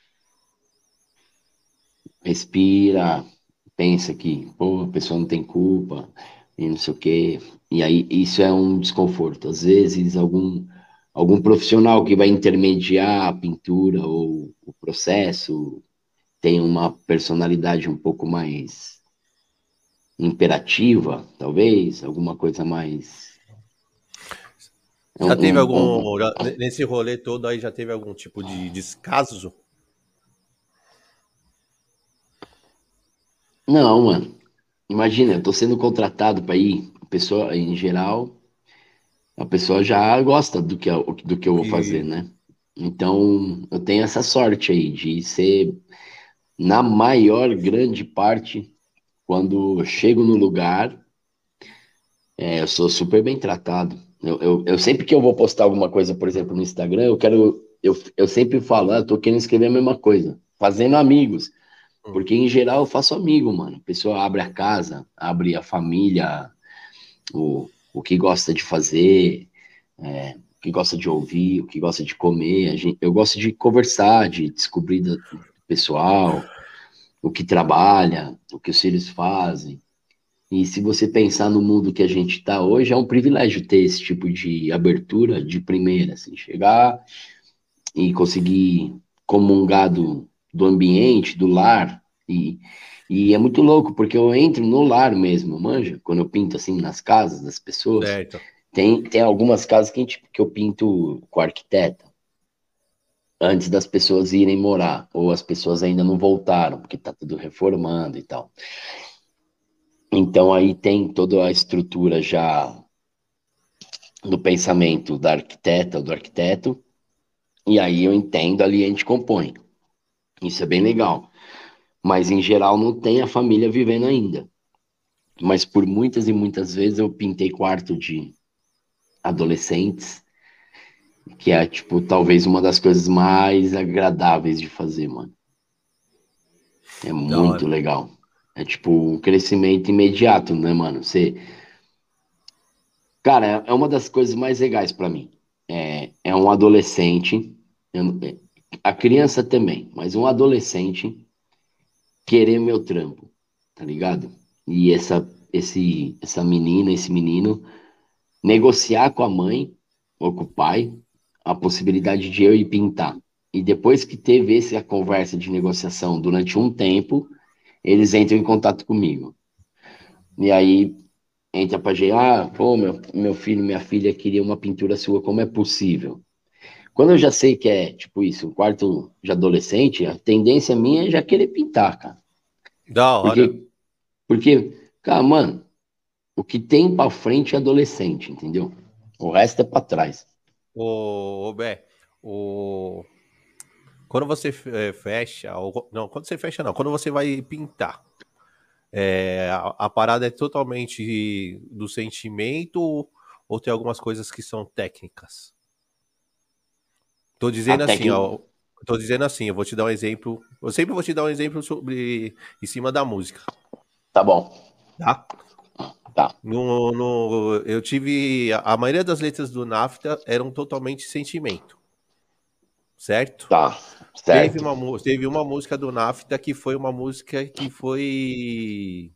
respira, pensa que, pô, a pessoa não tem culpa, e não sei o quê. E aí isso é um desconforto. Às vezes, algum profissional que vai intermediar a pintura ou o processo tem uma personalidade um pouco mais imperativa, talvez, alguma coisa mais. já teve nesse rolê todo aí, já teve algum tipo de descaso? Não, mano. Imagina, eu tô sendo contratado para ir, a pessoa, em geral, a pessoa já gosta do que eu vou fazer, E né? Então, eu tenho essa sorte aí de ser, na maior grande parte, quando eu chego no lugar, eu sou super bem tratado. Eu sempre que eu vou postar alguma coisa, por exemplo, no Instagram, eu sempre falo, eu tô querendo escrever a mesma coisa, fazendo amigos, hum, porque em geral eu faço amigo, mano. A pessoa abre a casa, abre a família, o que gosta de fazer, o que gosta de ouvir, o que gosta de comer. Eu gosto de conversar, de descobrir do pessoal, o que trabalha, o que os filhos fazem. E se você pensar no mundo que a gente está hoje, é um privilégio ter esse tipo de abertura de primeira, assim, chegar e conseguir comungar do ambiente, do lar. E é muito louco, porque eu entro no lar mesmo, manja? Quando eu pinto assim nas casas das pessoas. certo. Tem algumas casas que eu pinto com arquiteta antes das pessoas irem morar, ou as pessoas ainda não voltaram, porque tá tudo reformando e tal. Então aí tem toda a estrutura já do pensamento da arquiteta ou do arquiteto, e aí eu entendo ali a gente compõe. Isso é bem legal. mas em geral não tem a família vivendo ainda. Mas por muitas e muitas vezes eu pintei quarto de adolescentes, que é, tipo, talvez uma das coisas mais agradáveis de fazer, mano. É Da muito hora. legal. É tipo um crescimento imediato, né, mano? Você, cara, é uma das coisas mais legais pra mim. É um adolescente, a criança também, mas um adolescente querer meu trampo, tá ligado? E essa menina, esse menino negociar com a mãe ou com o pai a possibilidade de eu ir pintar. E depois que teve essa conversa de negociação durante um tempo, eles entram em contato comigo. E aí entra pra gente, pô, meu filho, minha filha queria uma pintura sua, como é possível? Quando eu já sei que é, tipo isso, um quarto de adolescente, a tendência minha é já querer pintar, cara. Da hora. Porque, cara, mano, o que tem pra frente é adolescente, entendeu? O resto é pra trás. Ô, Bé, o... quando você fecha, não, quando você fecha não, quando você vai pintar, a parada é totalmente do sentimento ou tem algumas coisas que são técnicas? Tô A dizendo assim, técnica. ó, tô dizendo assim, eu vou te dar um exemplo, eu sempre vou te dar um exemplo sobre, em cima da música, Tá bom, tá? tá, Eu tive, a maioria das letras do Nafta eram totalmente sentimento, certo? tá, certo. Teve uma música do Nafta que foi uma música que foi.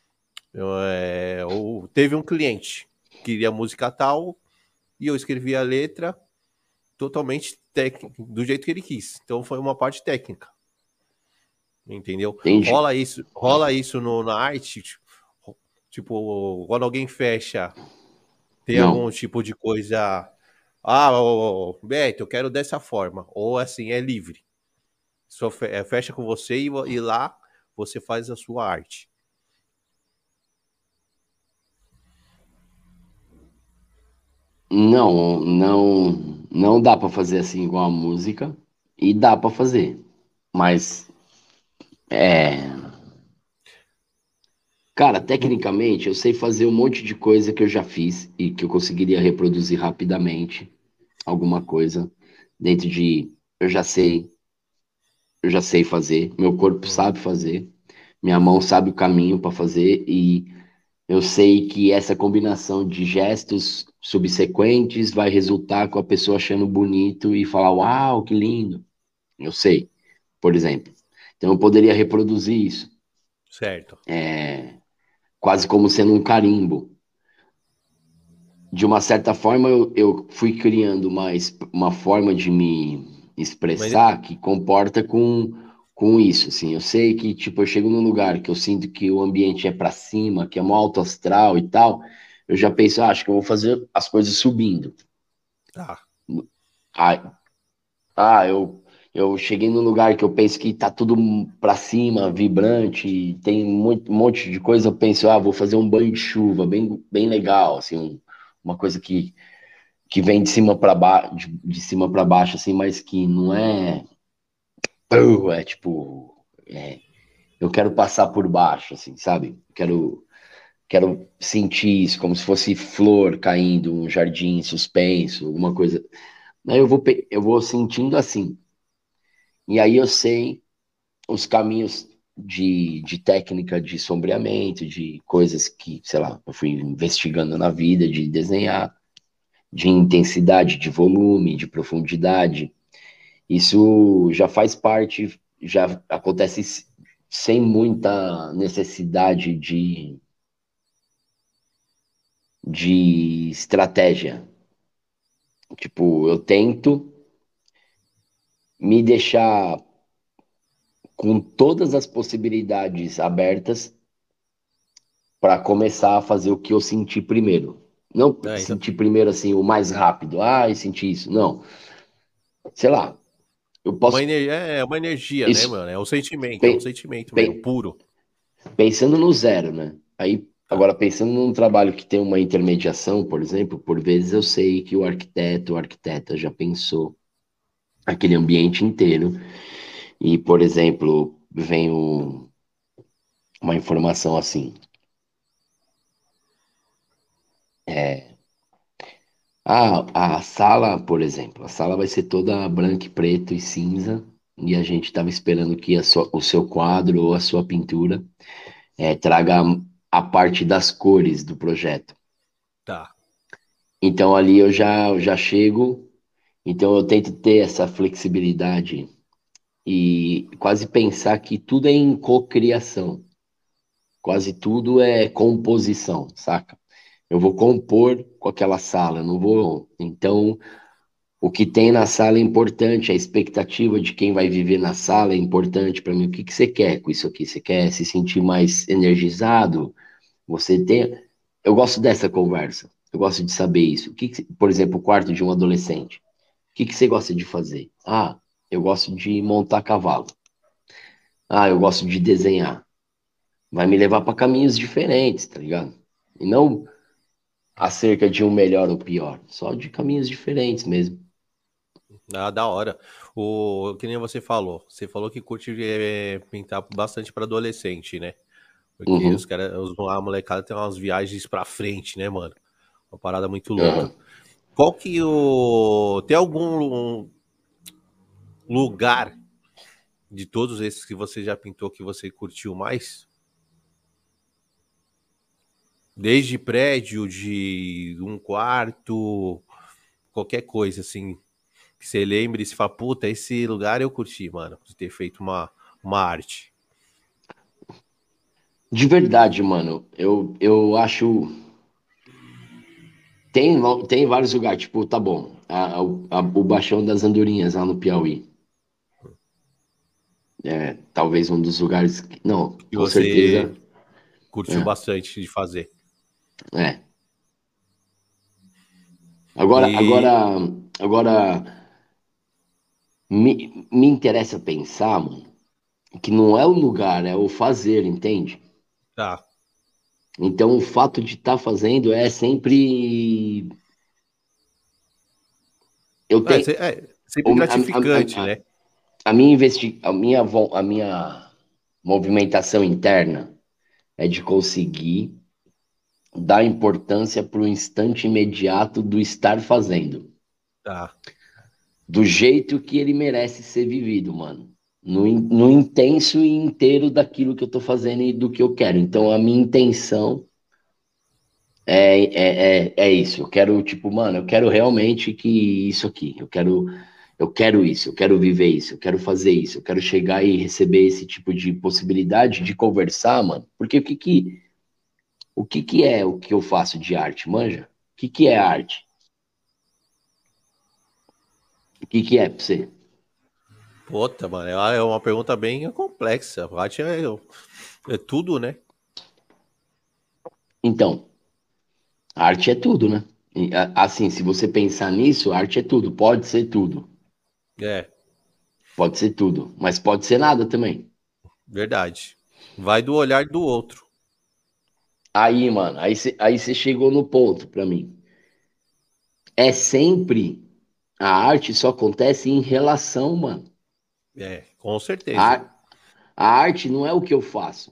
Teve um cliente que queria música tal e eu escrevi a letra totalmente técnica, do jeito que ele quis. Então foi uma parte técnica, entendeu? Entendi. Rola isso na arte, tipo, quando alguém fecha, tem Não, algum tipo de coisa. Ah, Beto, eu quero dessa forma. Ou assim, é livre. Só fecha com você e lá você faz a sua arte. não dá pra fazer assim igual a música e dá pra fazer, mas cara, No- tecnicamente eu sei fazer um monte de coisa que eu já fiz e que eu conseguiria reproduzir rapidamente alguma coisa dentro de eu já sei fazer, meu corpo Uhum. sabe fazer, minha mão sabe o caminho pra fazer e eu sei que essa combinação de gestos subsequentes vai resultar com a pessoa achando bonito e falar, uau, que lindo. Eu sei, por exemplo. Então eu poderia reproduzir isso, Certo. quase como sendo um carimbo. De uma certa forma, eu fui criando uma forma de me Mas, expressar que comporta com isso, assim. Eu sei que, tipo, eu chego num lugar que eu sinto que o ambiente é para cima, que é um alto astral e tal, eu já penso, acho que eu vou fazer as coisas subindo. tá. Ah, eu cheguei num lugar que eu penso que tá tudo pra cima, vibrante, tem muito, um monte de coisa, eu penso, vou fazer um banho de chuva, bem legal, assim, uma coisa que vem de cima para baixo, de cima para baixo, assim, mas que não é, é tipo, eu quero passar por baixo, assim, sabe? Quero sentir isso, como se fosse flor caindo, um jardim suspenso, alguma coisa. Aí eu vou sentindo assim. E aí eu sei os caminhos de técnica de sombreamento, de coisas que, sei lá, eu fui investigando na vida, de desenhar, de intensidade, de volume, de profundidade. Isso já faz parte, já acontece sem muita necessidade de estratégia. Tipo, eu tento me deixar com todas as possibilidades abertas para começar a fazer o que eu senti primeiro. Não Então, sentir primeiro assim o mais rápido. Eu senti isso. Não. Sei lá, eu posso. é uma energia, né, Isso, mano? É um pe- sentimento mesmo, pe- puro. pensando no zero, né? Aí, Tá. agora, pensando num trabalho que tem uma intermediação, por exemplo, por vezes eu sei que o arquiteto ou arquiteta já pensou aquele ambiente inteiro. E, por exemplo, uma informação assim. É, a sala, por exemplo, a sala vai ser toda branca e preto e cinza, e a gente estava esperando que o seu quadro ou a sua pintura traga a parte das cores do projeto. Tá. Então ali eu já chego, então eu tento ter essa flexibilidade e quase pensar que tudo é em cocriação, quase tudo é composição, saca? Eu vou compor com aquela sala, eu não vou. Então, o que tem na sala é importante, a expectativa de quem vai viver na sala é importante para mim. O que que você quer com isso aqui? Você quer se sentir mais energizado? Você tem. Eu gosto dessa conversa. Eu gosto de saber isso. Por exemplo, o quarto de um adolescente. O que que você gosta de fazer? Ah, eu gosto de montar cavalo. Ah, eu gosto de desenhar. Vai me levar para caminhos diferentes, tá ligado? E não acerca de um melhor ou pior, só de caminhos diferentes mesmo. Ah, da hora. Que nem você falou. Você falou que curte pintar bastante para adolescente, né? Porque os Uhum, caras, a molecada tem umas viagens pra frente, né, mano? Uma parada muito louca. uhum. Qual que o. Tem algum lugar de todos esses que você já pintou que você curtiu mais? Desde prédio, de um quarto, qualquer coisa assim. Que você lembre e se fala, puta, esse lugar eu curti, mano, de ter feito uma arte. De verdade, mano, eu acho. Tem vários lugares, tipo, tá bom, o Baixão das Andorinhas lá no Piauí. Talvez um dos lugares. Não, Que com certeza. você curtiu É, bastante de fazer. é. Agora, agora, E agora, me interessa pensar, mano, que não é o lugar, é o fazer, entende? tá. Então, o fato de estar fazendo é sempre. Eu tenho. É sempre gratificante, né? A minha movimentação interna é de conseguir dar importância para o instante imediato do estar fazendo, Tá. do jeito que ele merece ser vivido, mano. No intenso e inteiro daquilo que eu tô fazendo e do que eu quero. Então, a minha intenção é isso. Eu quero, tipo, mano, eu quero realmente que isso aqui. Eu quero isso, eu quero viver isso, eu quero fazer isso, eu quero chegar e receber esse tipo de possibilidade de conversar, mano. Porque o que que é o que eu faço de arte, manja? O que é arte? O que é pra você? Puta, mano, é uma pergunta bem complexa. A arte é tudo, né? Então, arte é tudo, né? Assim, se você pensar nisso, arte é tudo, pode ser tudo. É, Pode ser tudo, mas pode ser nada também. verdade. Vai do olhar do outro. Aí, mano, aí você chegou no ponto pra mim. É sempre a arte só acontece em relação, mano. É, com certeza. A, a arte não é o que eu faço.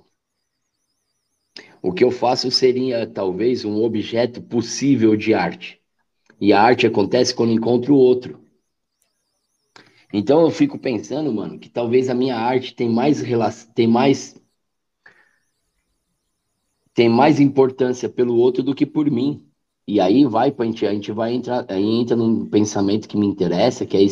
O que eu faço seria talvez um objeto possível de arte. E a arte acontece quando encontro o outro. Então eu fico pensando, mano, que talvez a minha arte tem mais importância pelo outro do que por mim. E aí a gente vai entrar, aí entra num pensamento que me interessa, que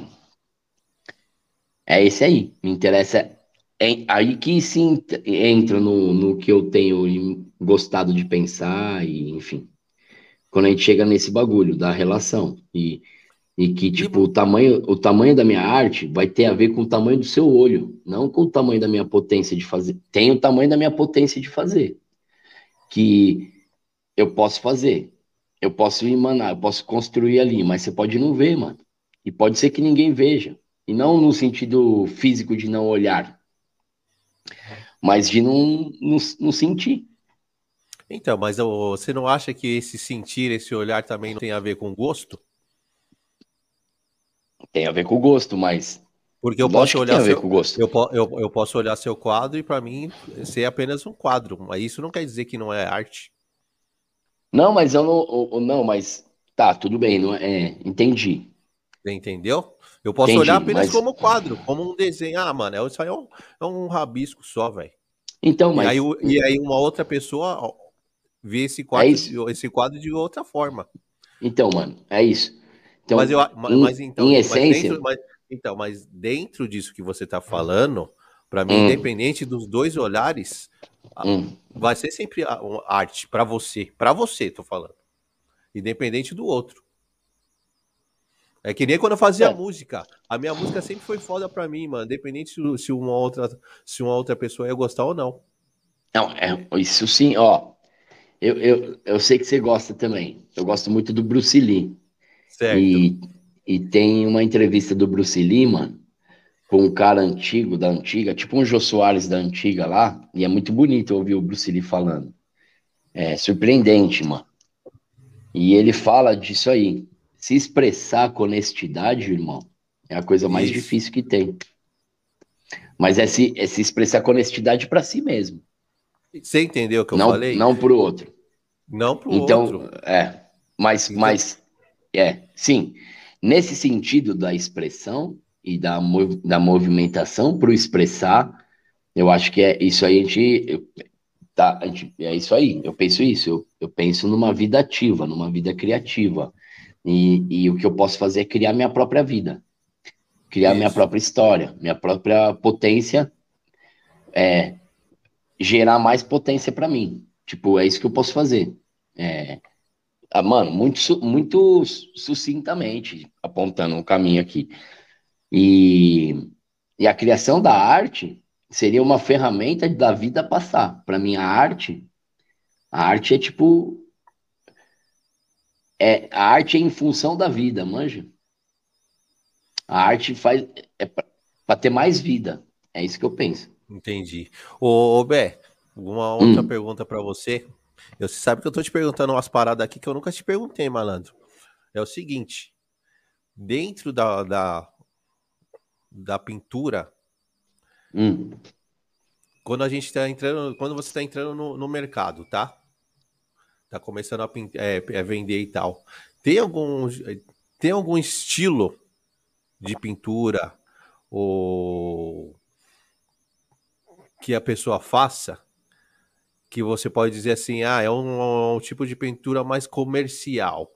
é esse aí. Me interessa aí que entra no que eu tenho gostado de pensar e enfim. Quando a gente chega nesse bagulho da relação e que E, tipo o tamanho da minha arte vai ter a ver com o tamanho do seu olho, não com o tamanho da minha potência de fazer. Tem o tamanho da minha potência de fazer, que eu posso fazer. Eu posso emanar, eu posso construir ali, mas você pode não ver, mano. E pode ser que ninguém veja. E não no sentido físico de não olhar, mas de não sentir. então, mas você não acha que esse sentir, esse olhar também não tem a ver com gosto? Tem a ver com o gosto, mas. Porque eu posso Lógico que tem olhar a ver com seu, o gosto. eu posso olhar seu quadro e para mim ser apenas um quadro, mas isso não quer dizer que não é arte. Não, mas eu não. Não, mas. Tá, tudo bem. Não entendi. Você entendeu? Eu posso olhar Entendi. apenas Mas. como quadro, como um desenho. Ah, mano, isso aí é um rabisco só, velho. Então, E aí, mas. e aí uma outra pessoa ó, vê É isso. esse quadro de outra forma. Então, mano, é isso. Mas Então, em essência. mas dentro disso que você está falando, para mim, Hum, independente dos dois olhares, hum, vai ser sempre arte para você, tô falando, independente do outro. É que nem quando eu fazia é, música. A minha música sempre foi foda pra mim, mano. Independente se uma outra pessoa ia gostar ou não. não, isso sim, ó. Eu sei que você gosta também. Eu gosto muito do Bruce Lee. Certo. E, e tem uma entrevista do Bruce Lee, mano, com um cara antigo, da antiga, tipo um Jô Soares da antiga lá. E é muito bonito ouvir o Bruce Lee falando. É surpreendente, mano. E ele fala disso aí. Se expressar com honestidade, irmão, é a coisa mais Isso. difícil que tem. Mas é se expressar com honestidade para si mesmo, Você entendeu o que eu não, falei? não pro outro. Não pro Então, outro. mas, Então, mas, sim, nesse sentido da expressão e da movimentação para o expressar, eu acho que é isso aí, é isso aí, eu penso isso, eu penso numa vida ativa, numa vida criativa, e o que eu posso fazer é criar minha própria vida, criar minha isso. própria história, minha própria potência, gerar mais potência para mim. Tipo, é isso que eu posso fazer. Mano, muito sucintamente, apontando um caminho aqui. E, e a criação da arte seria uma ferramenta da vida passar. Para mim, a arte é tipo, a arte é em função da vida, manja? A arte faz, é para ter mais vida. É isso que eu penso. Entendi. Ô, Bé, uma outra Hum, pergunta pra você. Você sabe que eu tô te perguntando umas paradas aqui que eu nunca te perguntei, malandro. É o seguinte, dentro da pintura, hum, quando você tá entrando no mercado, tá? Tá começando a vender e tal. Tem algum, tem algum estilo de pintura ou que a pessoa faça que você pode dizer assim, ah, um tipo de pintura mais comercial.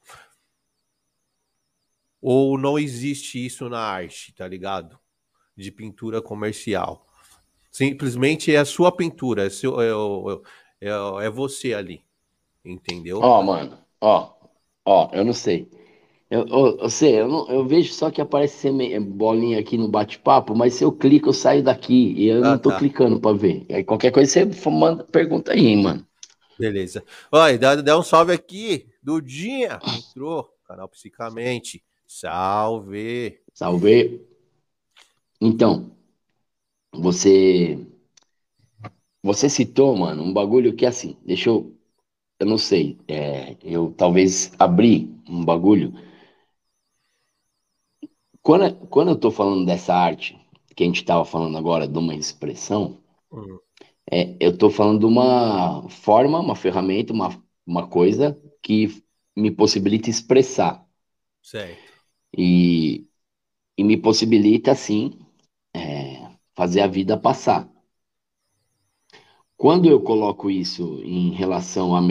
Ou não existe isso na arte, tá ligado? De pintura comercial. Simplesmente é a sua pintura, é você ali, entendeu? mano, ó, eu não sei. Eu sei, eu vejo só que aparece bolinha aqui no bate-papo, mas se eu clico, eu saio daqui e eu Ah, não tô tá. clicando pra ver. Aí qualquer coisa você manda pergunta aí, hein, mano. Beleza. Olha, dá um salve aqui. Dudinha entrou. Canal Psicamente. Salve. Salve. Então, você você citou, mano, um bagulho que assim, eu não sei, eu talvez abri um bagulho. Quando eu tô falando dessa arte que a gente tava falando agora, de uma expressão, Hum, eu tô falando de uma forma, uma ferramenta, uma coisa que me possibilita expressar certo. e, e me possibilita, assim, fazer a vida passar. Quando eu coloco isso em relação a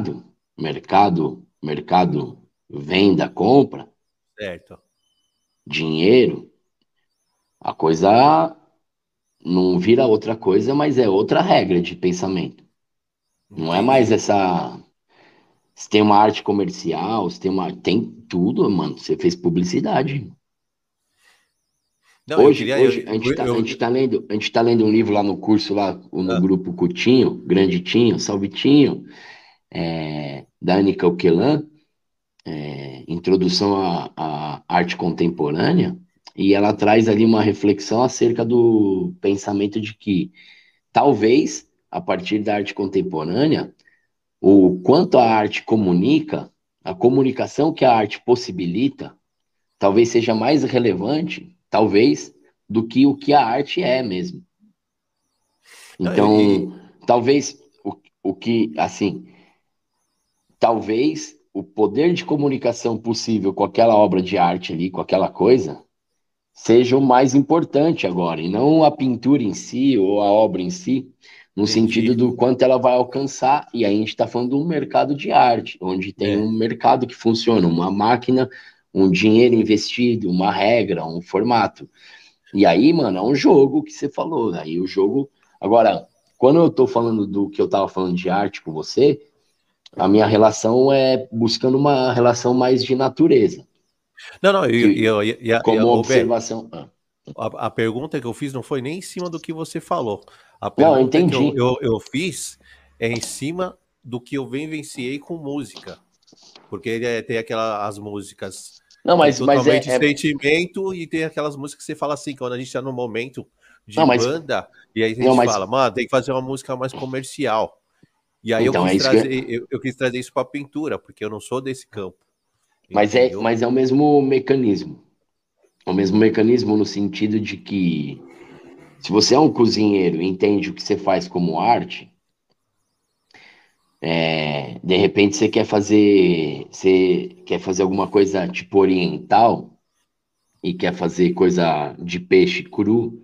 mercado, venda, compra, Certo. dinheiro, a coisa não vira outra coisa, mas é outra regra de pensamento. Não é mais Entendi. essa. Se tem uma arte comercial, se tem uma. Tem tudo, mano. Você fez publicidade. Não, eu Hoje, queria. hoje a gente tá lendo um livro lá no curso, lá no Ah, grupo Coutinho, Grande Tinho, Salve Tinho, da Anica Oquelan, Introdução à Arte Contemporânea, e ela traz ali uma reflexão acerca do pensamento de que talvez, a partir da arte contemporânea, o quanto a arte comunica, a comunicação que a arte possibilita, talvez seja mais relevante, talvez, do que o que a arte é mesmo. Não, Então, talvez o que, assim, talvez o poder de comunicação possível com aquela obra de arte ali, com aquela coisa, seja o mais importante agora, e não a pintura em si ou a obra em si, no sentido entendi. do quanto ela vai alcançar. E aí a gente está falando de um mercado de arte, onde tem É. um mercado que funciona, uma máquina, um dinheiro investido, uma regra, um formato. E aí, mano, é um jogo que você falou. Aí o jogo. Agora, quando eu tô falando do que eu tava falando de arte com você, a minha relação é buscando uma relação mais de natureza, Não, não, que como ô, Bé, observação. a pergunta que eu fiz não foi nem em cima do que você falou. A Não, eu pergunta que entendi. eu fiz é em cima do que eu vivenciei com música. Porque ele tem aquelas músicas Não, que é mas totalmente sentimento e tem aquelas músicas que você fala assim, quando a gente tá num momento de não, mas banda, e aí a não, gente mas fala, mano, tem que fazer uma música mais comercial. E aí então é isso que eu quis trazer isso pra pintura, porque eu não sou desse campo, entendeu? mas é o mesmo mecanismo. É o mesmo mecanismo no sentido de que se você é um cozinheiro e entende o que você faz como arte, de repente você quer fazer alguma coisa tipo oriental e quer fazer coisa de peixe cru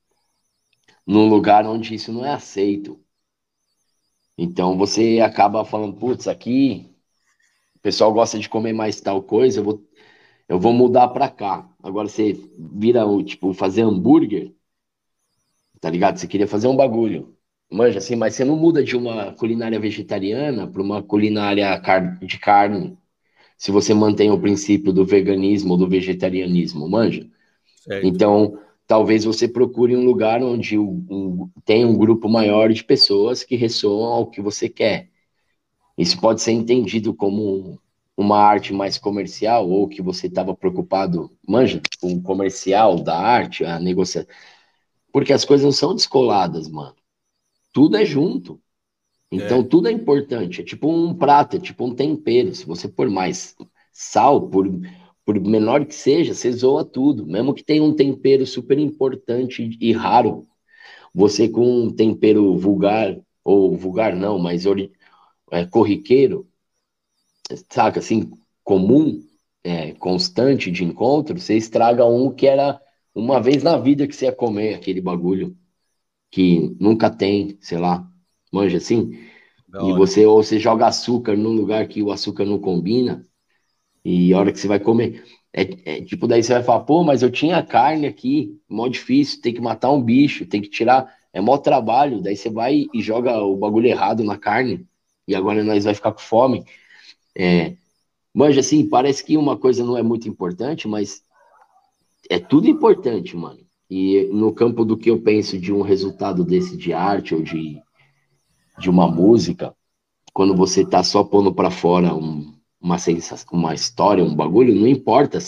num lugar onde isso não é aceito. Então você acaba falando, putz, aqui o pessoal gosta de comer mais tal coisa, eu vou mudar pra cá. Agora você vira o tipo fazer hambúrguer, tá ligado? Você queria fazer um bagulho. Manja assim, mas você não muda de uma culinária vegetariana para uma culinária de carne, se você mantém o princípio do veganismo ou do vegetarianismo, manja? Certo. Então, talvez você procure um lugar onde tem um grupo maior de pessoas que ressoam ao que você quer. Isso pode ser entendido como uma arte mais comercial ou que você estava preocupado, manja, com o comercial da arte, a negociação. Porque as coisas não são descoladas, mano. Tudo é junto. Então, É, tudo é importante. É tipo um prato, é tipo um tempero. Se você pôr mais sal, por menor que seja, você zoa tudo. Mesmo que tenha um tempero super importante e raro, você com um tempero vulgar, ou vulgar não, mas corriqueiro, saca, assim, comum, constante de encontro, você estraga um que era uma vez na vida que você ia comer aquele bagulho que nunca tem, sei lá, manja assim. da E hora. você joga açúcar num lugar que o açúcar não combina, e a hora que você vai comer. Tipo, daí você vai falar, pô, mas eu tinha carne aqui, mó difícil, tem que matar um bicho, tem que tirar, é mó trabalho. Daí você vai e joga o bagulho errado na carne, e agora nós vai ficar com fome. Manja, assim, parece que uma coisa não é muito importante, mas é tudo importante, mano. E no campo do que eu penso de um resultado desse de arte ou de uma música, quando você tá só pondo pra fora uma sensação, uma história, um bagulho, não importa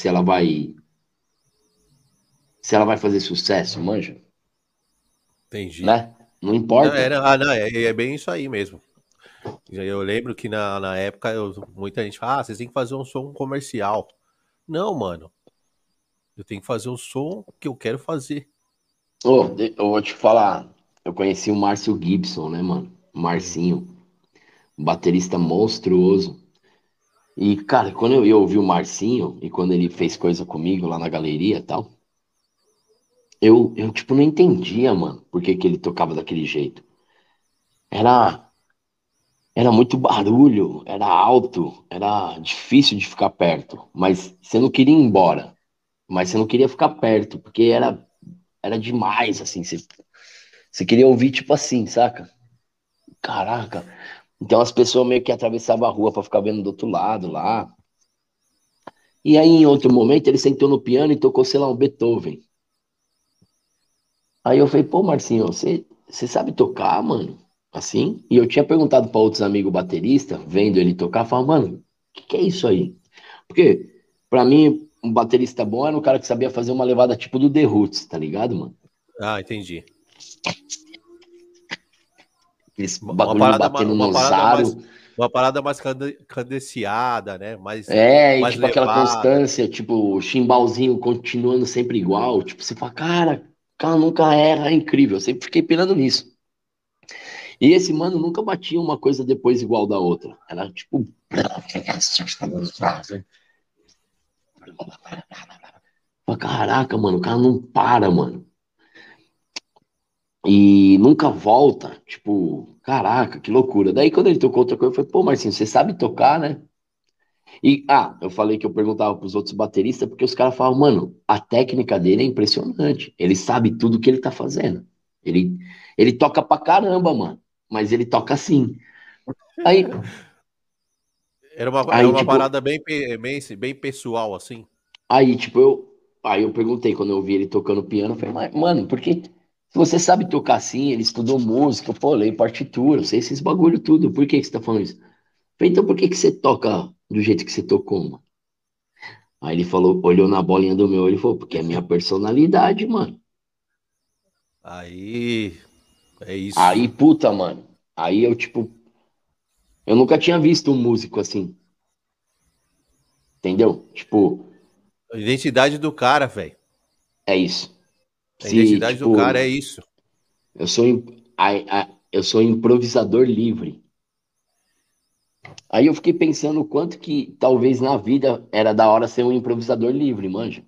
se ela vai fazer sucesso, manja, Entendi. né? Não Não, importa. não, é bem isso aí mesmo. Eu lembro que na época muita gente fala, vocês têm que fazer um som comercial. Não, mano, eu tenho que fazer o som que eu quero fazer. Ô, eu vou te falar, eu conheci o Márcio Gibson, né, mano? Hum. Marcinho, um baterista monstruoso. E, cara, quando eu ouvi o Marcinho e quando ele fez coisa comigo lá na galeria e tal, tipo, não entendia, mano, por que que ele tocava daquele jeito. Era, era muito barulho, era alto, era difícil de ficar perto, mas você não queria ir embora, mas você não queria ficar perto, porque era demais, assim, você queria ouvir, tipo assim, saca? Caraca. Então as pessoas meio que atravessavam a rua pra ficar vendo do outro lado lá. E aí, em outro momento, ele sentou no piano e tocou, sei lá, um Beethoven. Aí eu falei, pô, Marcinho, você sabe tocar, mano? Assim? E eu tinha perguntado para outros amigos bateristas, vendo ele tocar, falava, mano, o que é isso aí? Porque, pra mim, um baterista bom era um cara que sabia fazer uma levada tipo do The Roots, tá ligado, mano? Ah, entendi. Aqueles bagulho Uma batendo uma nos parada mais, aros. uma parada mais cadenciada, né? É, e Mais tipo aquela levada. constância, tipo, o chimbalzinho continuando sempre igual. Tipo, você fala, cara, o cara nunca erra, é incrível. Eu sempre fiquei pirando nisso. E esse mano nunca batia uma coisa depois igual da outra. Era tipo. Caraca, mano, o cara não para, mano. E nunca volta. Tipo, caraca, que loucura. Daí quando ele tocou outra coisa, eu falei, pô, Marcinho, você sabe tocar, né? E, eu falei que eu perguntava pros outros bateristas, porque os caras falavam, mano, a técnica dele é impressionante. Ele sabe tudo que ele tá fazendo. Ele, ele toca pra caramba, mano. Mas ele toca assim. Aí, Era aí uma tipo, parada bem pessoal, assim. aí eu perguntei quando eu vi ele tocando piano, eu falei, mas, mano, porque se você sabe tocar assim, ele estudou música, pô, leio partitura, eu sei esses bagulho tudo, por que que você tá falando isso? Eu falei, então por que que você toca do jeito que você tocou, mano? Aí ele falou, olhou na bolinha do meu olho e falou, porque é minha personalidade, mano. Aí, é isso. Aí, puta, mano, aí eu, tipo, eu nunca tinha visto um músico assim, entendeu? Tipo, A identidade do cara, velho. é isso. A Se, identidade do cara é tipo, isso. eu sou, eu sou improvisador livre. Aí eu fiquei pensando o quanto que talvez na vida era da hora ser um improvisador livre, manja.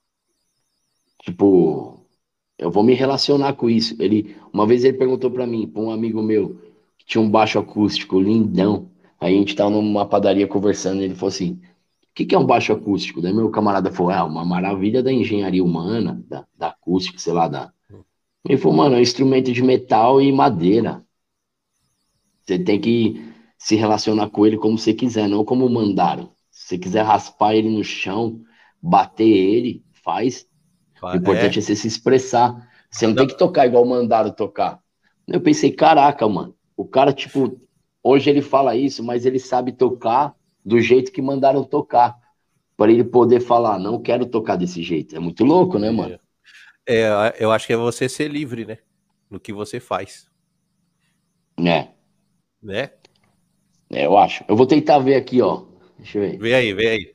Tipo, eu vou me relacionar com isso. Uma vez ele perguntou pra mim, pra um amigo meu, que tinha um baixo acústico lindão. Aí a gente tava numa padaria conversando, e ele falou assim: "O que que é um baixo acústico?" Daí meu camarada falou: uma maravilha da engenharia humana, da acústica, sei lá, da. Ele falou, mano, é um instrumento de metal e madeira. Você tem que se relacionar com ele como você quiser, não como mandaram. Se você quiser raspar ele no chão, bater ele, faz. O importante é É. você se expressar. Você não tem Não, que tocar igual mandaram tocar. Eu pensei, caraca, mano, o cara, tipo, hoje ele fala isso, mas ele sabe tocar do jeito que mandaram tocar. Para ele poder falar, não quero tocar desse jeito. É muito louco, né, mano? eu acho que é você ser livre, né? No que você faz, É, né? eu acho. Eu vou tentar ver aqui, ó. Deixa eu ver. Vê aí, vê aí.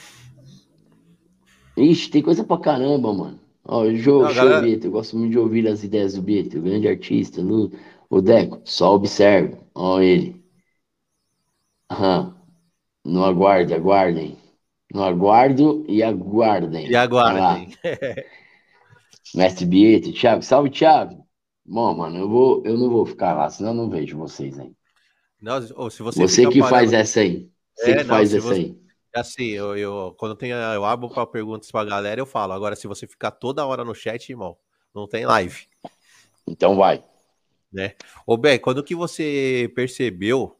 Ixi, tem coisa pra caramba, mano. Ó, Não, show galera, Bieto, eu gosto muito de ouvir as ideias do Bieto, grande artista. O Deco, só observe. Ó, ele. Aham. Não aguarde, aguardem. Não aguardo e e aguardem. Olha lá. aguardem. Mestre Bieto, Thiago, salve, Thiago. Bom, mano, eu não vou ficar lá, senão eu não vejo vocês aí. Não, ou se você Você fica que faz parando. essa aí. Você que É, não, faz se essa você. aí. Assim, quando eu abro para perguntas pra galera, eu falo. Agora, se você ficar toda hora no chat, irmão, não tem live, Então vai. né? Ô, Bé, quando que você percebeu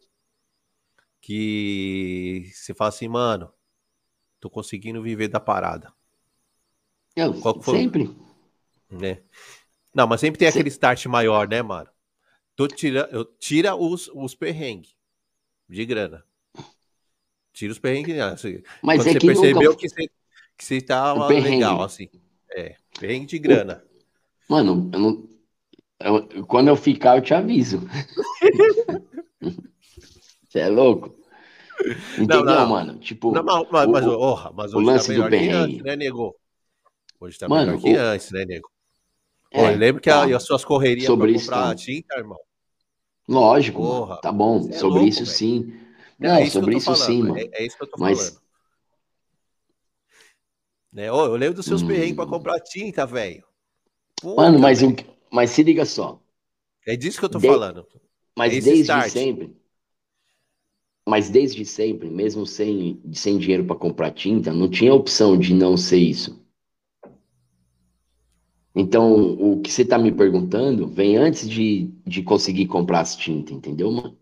que você fala assim, mano, tô conseguindo viver da parada? Eu, Qual que foi, sempre. né? Não, mas sempre tem aquele se- start maior, né, mano? Tira os perrengues de grana. Tira os perrengues, né? Assim, Mas quando é você que nunca. percebeu que você O tava perrengue. legal, assim. É, perrengue de O, grana. mano, eu não, quando eu ficar, eu te aviso. Você é louco? Não, Entendeu, não. mano? Não, Tipo, mas o hoje tá lance do melhor que antes, perrengue. né, nego? Hoje tá melhor Mano, que antes, né, nego? Ô, eu é, lembro que tá. as suas correrias pra Sobre isso comprar tá. tinta, irmão. Lógico, mano. Porra, Tá bom. você é Sobre louco, isso velho. sim. É Não, isso que eu sobre tô isso falando. sim, mano. É isso que eu tô falando. Mas. Né? Ô, eu lembro dos seus perrengues pra hum, comprar tinta, velho. mano, Puta, velho. mas se liga só. É disso que eu tô De, falando. É mas esse desde start. sempre. Mas desde sempre, mesmo sem dinheiro pra comprar tinta, não tinha opção de não ser isso. Então, o que você tá me perguntando vem antes de conseguir comprar as tintas, entendeu, mano?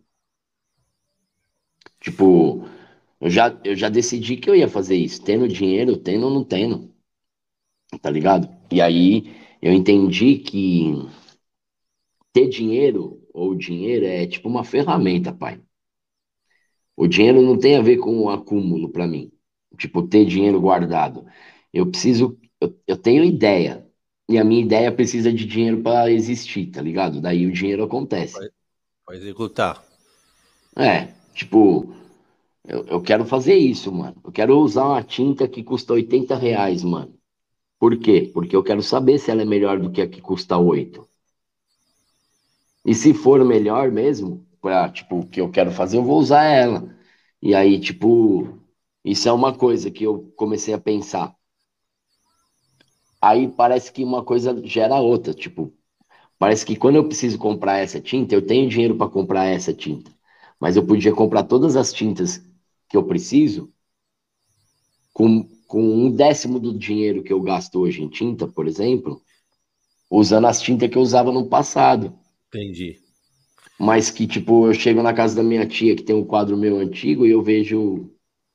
Tipo, eu já decidi que eu ia fazer isso, tendo dinheiro, tendo ou não tendo, tá ligado? E aí eu entendi que ter dinheiro ou dinheiro é tipo uma ferramenta, pai. O dinheiro não tem a ver com o acúmulo pra mim. Tipo, ter dinheiro guardado. Eu tenho ideia. E a minha ideia precisa de dinheiro pra existir, tá ligado? Daí o dinheiro acontece. Pra executar. É. Tipo, eu quero fazer isso, mano. Eu quero usar uma tinta que custa R$ 80, mano. Por quê? Porque eu quero saber se ela é melhor do que a que custa 8. E se for melhor mesmo, pra, tipo, o que eu quero fazer, eu vou usar ela. E aí, tipo, isso é uma coisa que eu comecei a pensar. Aí parece que uma coisa gera outra. Tipo, parece que quando eu preciso comprar essa tinta, eu tenho dinheiro para comprar essa tinta. Mas eu podia comprar todas as tintas que eu preciso com um décimo do dinheiro que eu gasto hoje em tinta, por exemplo, usando as tintas que eu usava no passado. Entendi. Mas que, tipo, eu chego na casa da minha tia, que tem um quadro meu antigo, e eu vejo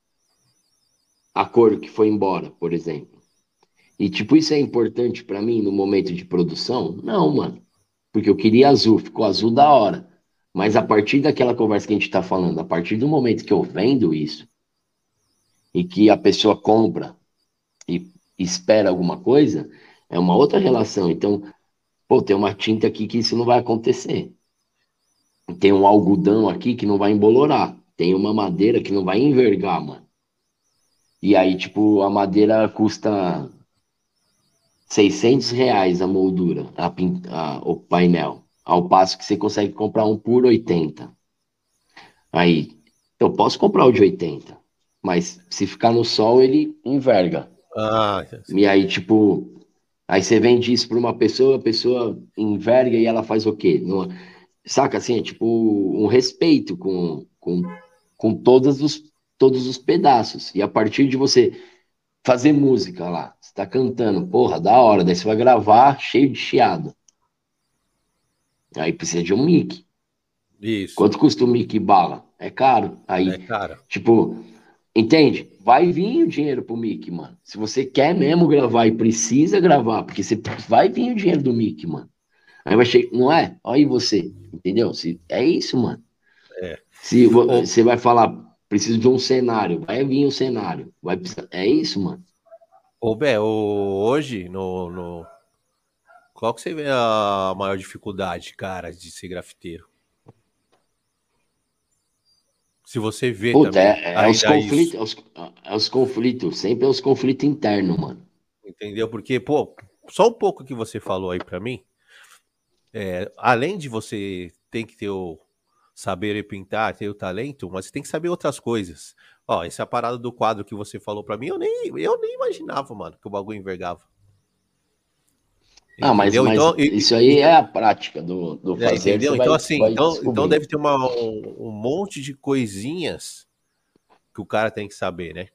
a cor que foi embora, por exemplo. E, tipo, isso é importante pra mim no momento de produção? Não, mano. Porque eu queria azul, ficou azul da hora. Mas a partir daquela conversa que a gente tá falando, a partir do momento que eu vendo isso e que a pessoa compra e espera alguma coisa, é uma outra relação. Então, pô, tem uma tinta aqui que isso não vai acontecer. Tem um algodão aqui que não vai embolorar. Tem uma madeira que não vai envergar, mano. E aí, tipo, a madeira custa R$ 600 a moldura, o painel. Ao passo que você consegue comprar um por 80. Aí, eu posso comprar o de 80, mas se ficar no sol, ele enverga. Ah, E aí, tipo, aí você vende isso para uma pessoa, a pessoa enverga e ela faz o quê? Saca assim, é tipo um respeito com todos os pedaços. E a partir de você fazer música lá, você tá cantando, porra, da hora, daí você vai gravar cheio de chiado. Aí precisa de um mic. isso. Quanto custa o mic bala? É caro. É, Aí, cara. tipo, entende? Vai vir o dinheiro pro mic, mano. Se você quer mesmo gravar e precisa gravar, porque você vai vir o dinheiro do mic, mano. Aí vai chegar, não é? Olha aí você, entendeu? É isso, mano. É. Se Ô, você vai falar, preciso de um cenário, vai vir o cenário. É isso, mano. Bé, hoje, qual que você vê a maior dificuldade, cara, de ser grafiteiro? Se você vê Puta, também, é os ainda conflitos, isso, é os conflitos, sempre é os conflitos internos, mano. entendeu? Porque, pô, só um pouco que você falou aí pra mim, além de você ter que ter o saber pintar, ter o talento, mas você tem que saber outras coisas. Ó, essa parada do quadro que você falou pra mim, eu nem imaginava, mano, que o bagulho envergava. Ah, mas, Entendeu? mas Então, isso aí é a prática do fazer, você entendeu? Então, assim, vai então descobrir. deve ter um monte de coisinhas que o cara tem que saber, né?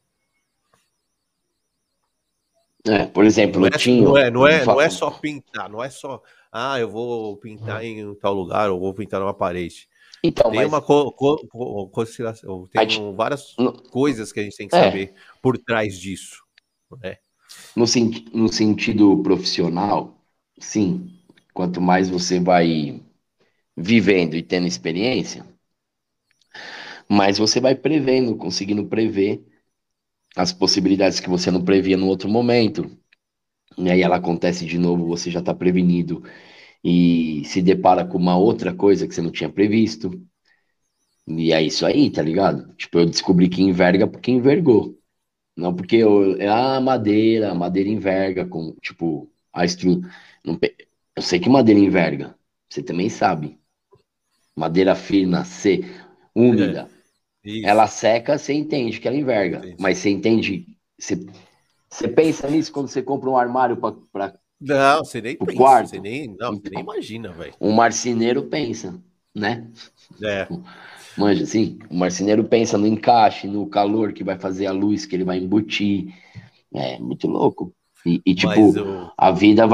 É, por exemplo, Não é, o Tinho, não é só pintar, não é só, eu vou pintar em tal lugar ou vou pintar numa parede. então, Tem mas uma consideração, a tem várias no, coisas que a gente tem que é, saber por trás disso, né? no sentido profissional, sim, quanto mais você vai vivendo e tendo experiência, mais você vai prevendo, conseguindo prever as possibilidades que você não previa no outro momento. E aí ela acontece de novo, você já está prevenido e se depara com uma outra coisa que você não tinha previsto. E é isso aí, tá ligado? Tipo, eu descobri que enverga porque envergou. Não porque a madeira enverga com, tipo, a estrutura. Eu sei que madeira enverga. Você também sabe. Madeira fina, É, úmida. Ela isso, seca, você entende que ela enverga. entendi. Mas você entende. Você pensa nisso quando você compra um armário para Não, você nem o pensa, quarto? você nem Então, imagina, velho. um marceneiro pensa, né? É, Manja, assim, o marceneiro pensa no encaixe, no calor que vai fazer a luz que ele vai embutir. É muito louco. mas Tipo, eu. a vida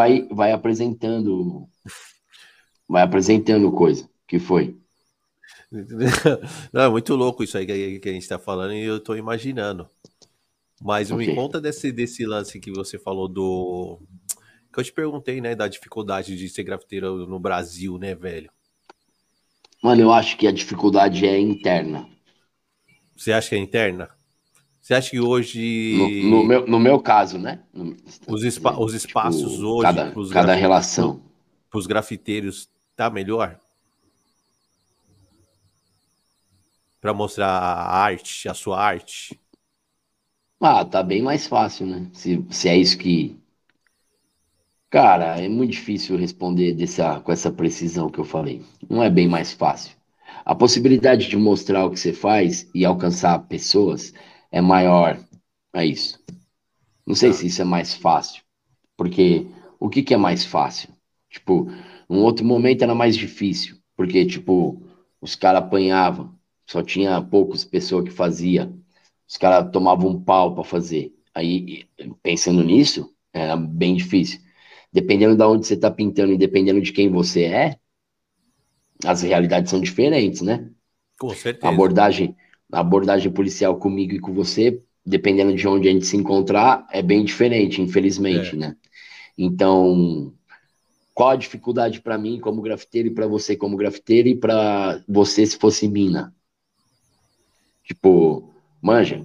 vai apresentando coisa. Que foi? Não, é muito louco isso aí que a gente tá falando e eu tô imaginando. Mas me Ok. conta desse lance que você falou do. Que eu te perguntei, né? Da dificuldade de ser grafiteiro no Brasil, né, velho? Mano, eu acho que a dificuldade é interna. Você acha que é interna? Você acha que No hoje meu caso, né? os espaços Tipo, hoje cada, cada relação. pros grafiteiros tá melhor? para mostrar a arte, a sua arte? Ah, tá bem mais fácil, né? Se é isso que. Cara, é muito difícil responder com essa precisão que eu falei. Não é bem mais fácil. A possibilidade de mostrar o que você faz e alcançar pessoas é maior. É isso. Não sei Tá. se isso é mais fácil. Porque o que que é mais fácil? Tipo, um outro momento era mais difícil. Porque, tipo, os caras apanhavam. Só tinha poucas pessoas que fazia. Os caras tomavam um pau para fazer. Aí, pensando nisso, era bem difícil. Dependendo de onde você está pintando e dependendo de quem você é, as realidades são diferentes, né? Com A certeza. abordagem, a abordagem policial comigo e com você, dependendo de onde a gente se encontrar, é bem diferente, É. infelizmente, né? Então, qual a dificuldade para mim como grafiteiro e para você como grafiteiro e para você se fosse mina? Tipo, manja,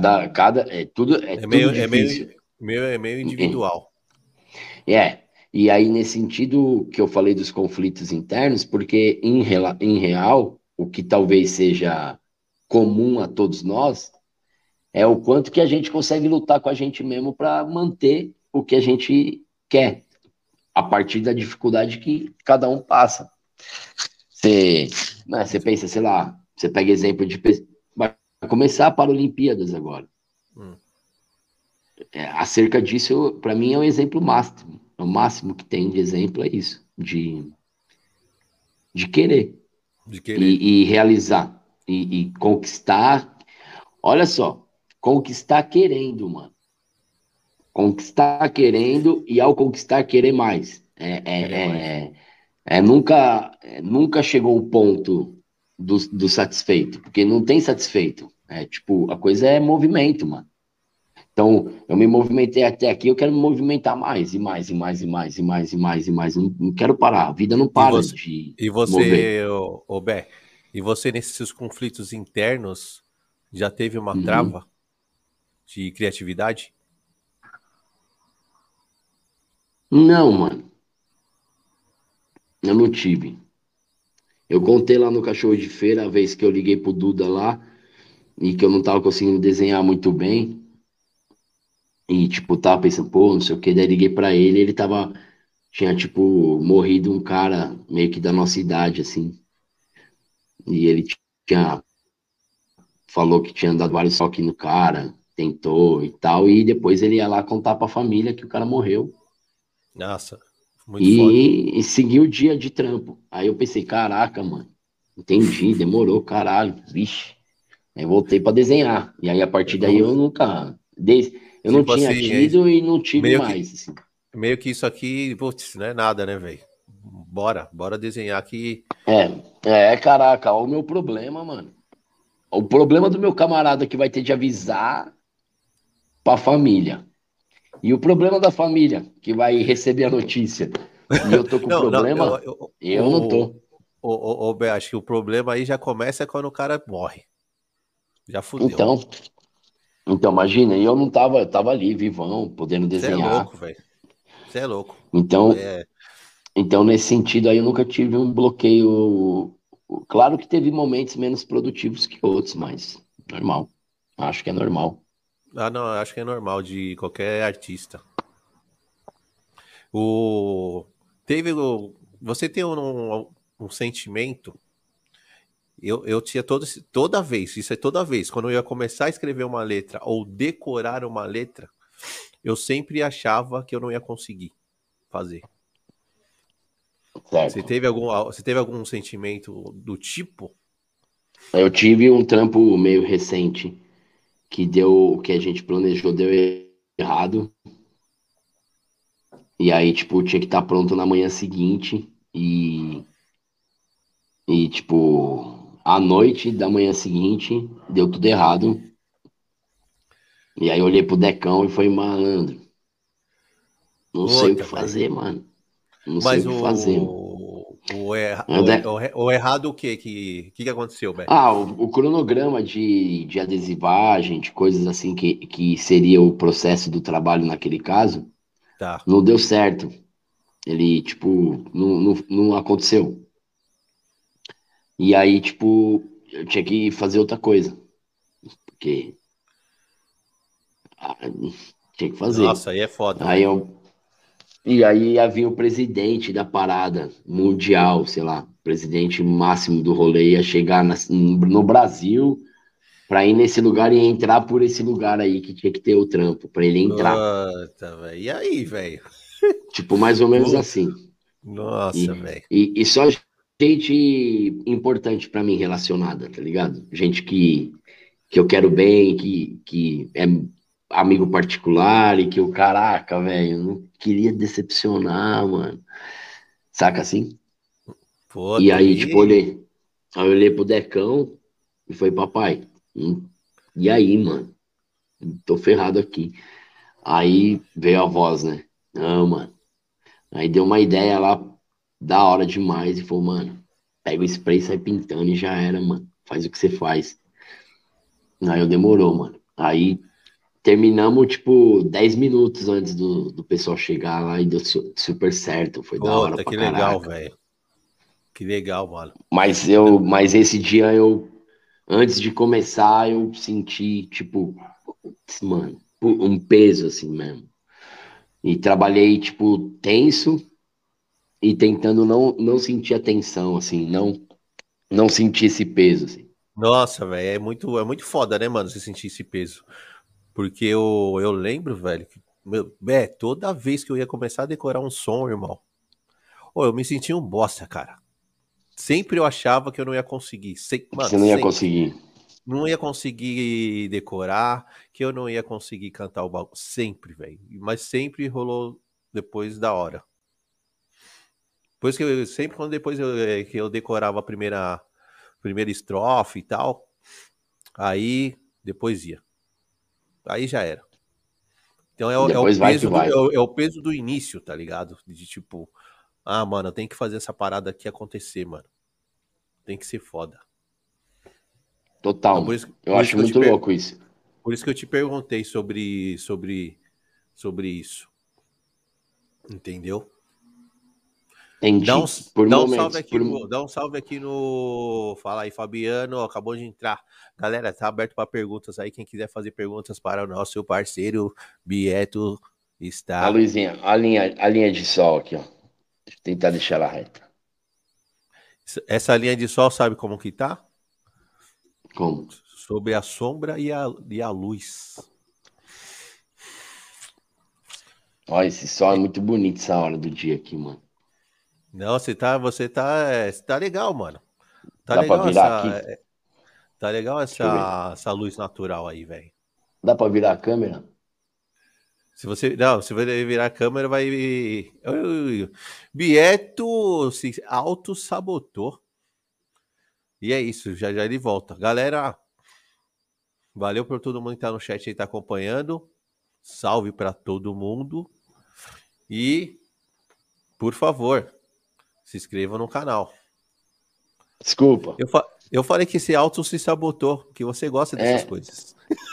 é É tudo meio, difícil. é meio individual. É, e aí nesse sentido que eu falei dos conflitos internos, porque em real, o que talvez seja comum a todos nós é o quanto que a gente consegue lutar com a gente mesmo para manter o que a gente quer, a partir da dificuldade que cada um passa. Você, né, você pensa, sei lá, você pega exemplo vai começar para Olimpíadas agora. Hum. Acerca disso, para mim é um exemplo máximo. O máximo que tem de exemplo é isso, de querer De querer. e realizar e conquistar. Olha só, conquistar querendo, mano. Conquistar querendo e ao conquistar querer mais. Querer mais. Nunca chegou o ponto do satisfeito, porque não tem satisfeito. É tipo, a coisa é movimento, mano. Então, eu me movimentei até aqui, eu quero me movimentar mais, e mais, e mais, e mais, e mais, e mais, e mais. Não quero parar, a vida não E para você, de e mover. você, ô Bé, e você nesses seus conflitos internos já teve uma Uhum. trava de criatividade? Não, mano, eu não tive. Eu contei lá no Cachorro de Feira a vez que eu liguei pro Duda lá e que eu não tava conseguindo desenhar muito bem. E, tipo, tava pensando, pô, não sei o que. Daí liguei pra ele e ele tava. Tinha, tipo, morrido um cara meio que da nossa idade, assim. E ele tinha. Falou que tinha dado vários toques no cara, tentou e tal. E depois ele ia lá contar pra família que o cara morreu. Nossa, muito foda. E seguiu o dia de trampo. Aí eu pensei, caraca, mano. Entendi, demorou, caralho. Vixe. Aí eu voltei pra desenhar. E aí a partir daí eu nunca. Eu não Tipo tinha assim, tido e não tive meio que, mais, assim. meio que isso aqui, putz, não é nada, né, velho? Bora desenhar aqui. Caraca, olha o meu problema, mano. O problema do meu camarada que vai ter de avisar pra família. E o problema da família que vai receber a notícia. E eu tô com Não, não, problema? Eu não tô. Bé, acho que o problema aí já começa quando o cara morre. Já fudeu. Então, então imagina, e eu não tava, eu tava ali, vivão, podendo Você é desenhar. louco, velho. Você é louco. Então, É, então, nesse sentido aí, eu nunca tive um bloqueio. Claro que teve momentos menos produtivos que outros, mas normal. Acho que é normal. ah, não, acho que é normal de qualquer artista. O teve você tem um sentimento. Eu tinha toda vez, isso é toda vez, quando eu ia começar a escrever uma letra ou decorar uma letra, eu sempre achava que eu não ia conseguir fazer. Certo. Você teve algum sentimento do tipo? Eu tive um trampo meio recente que deu o que a gente planejou deu errado. E aí, tipo, tinha que estar pronto na manhã seguinte. Tipo, à noite da manhã seguinte, deu tudo errado. E aí eu olhei pro Decão e falei, malandro, não sei o que Puta, velho. fazer, mano. Não sei Mas o que fazer. Aí o errado o quê? Que aconteceu, velho? O cronograma de adesivagem, de coisas assim que seria o processo do trabalho naquele caso, Tá. não deu certo. Ele, tipo, não aconteceu. E aí, tipo, eu tinha que fazer outra coisa, porque ah, tinha que fazer. Nossa, aí é foda, Aí velho. eu, e aí ia vir o presidente da parada mundial, sei lá, o presidente máximo do rolê ia chegar no Brasil pra ir nesse lugar e entrar por esse lugar aí que tinha que ter o trampo, pra ele entrar. Puta, velho. E aí, velho? Tipo, mais ou menos Puta. assim. Nossa, velho. E só gente importante pra mim relacionada, tá ligado? Gente que eu quero bem, que é amigo particular e que eu, caraca, velho, eu não queria decepcionar, mano. Saca assim? E Puta, aí, tipo, aí. eu olhei pro Decão e falei, papai, e aí, mano? Tô ferrado aqui. Aí veio a voz, né? Não, mano. Aí deu uma ideia lá da hora demais e falou, mano, pega o spray, sai pintando e já era, mano. Faz o que você faz. Aí eu demorou, mano. Aí terminamos, tipo, 10 minutos antes do pessoal chegar lá e deu super certo. Foi da hora Puta, pra que legal, caraca. velho. Que legal, mano. Mas esse dia antes de começar, eu senti, tipo, putz, mano, um peso assim mesmo. E trabalhei, tipo, tenso e tentando não sentir a tensão, assim, não sentir esse peso, assim. Nossa, velho, é muito foda, né, mano, você sentir esse peso. Porque eu lembro, velho, que, toda vez que eu ia começar a decorar um som, irmão, ô, eu me sentia um bosta, cara. Sempre eu achava que eu não ia conseguir. Que Mano, você não ia sempre. conseguir. Não ia conseguir decorar, que eu não ia conseguir cantar o bagulho. Sempre, velho. Mas sempre rolou depois da hora. Depois que eu, sempre quando depois que eu decorava a primeira estrofe e tal, aí depois ia. Aí já era. Então é o Depois vai que peso do, vai. é o peso do início, tá ligado? De tipo, ah, mano, eu tenho que fazer essa parada aqui acontecer, mano. Tem que ser foda. Total, Então mano. Eu acho muito louco isso. por isso que eu te perguntei sobre isso, entendeu? Dá um, Entendi. Por dá um salve momentos, aqui no, dá um salve aqui no, fala aí, Fabiano, acabou de entrar. Galera, tá aberto para perguntas aí, quem quiser fazer perguntas para o nosso parceiro Bieto a está. luzinha, a linha de sol aqui, ó. Deixa eu tentar deixar ela reta. Essa linha de sol sabe como que tá? Como? Sobre a sombra e a luz. Ó, esse sol é E- muito bonito essa hora do dia aqui, mano. Não, você tá legal, mano. Tá Dá pra legal virar essa, aqui? tá legal Deixa eu ver. essa luz natural aí, velho. Dá pra virar a câmera? Se você, não, se você virar a câmera, vai. Bieto se auto-sabotou. E é isso, já já ele volta. Galera, valeu por todo mundo que tá no chat aí, tá acompanhando. Salve pra todo mundo. E, por favor, se inscreva no canal. Desculpa. Eu falei que esse auto se sabotou, que você gosta dessas É, coisas.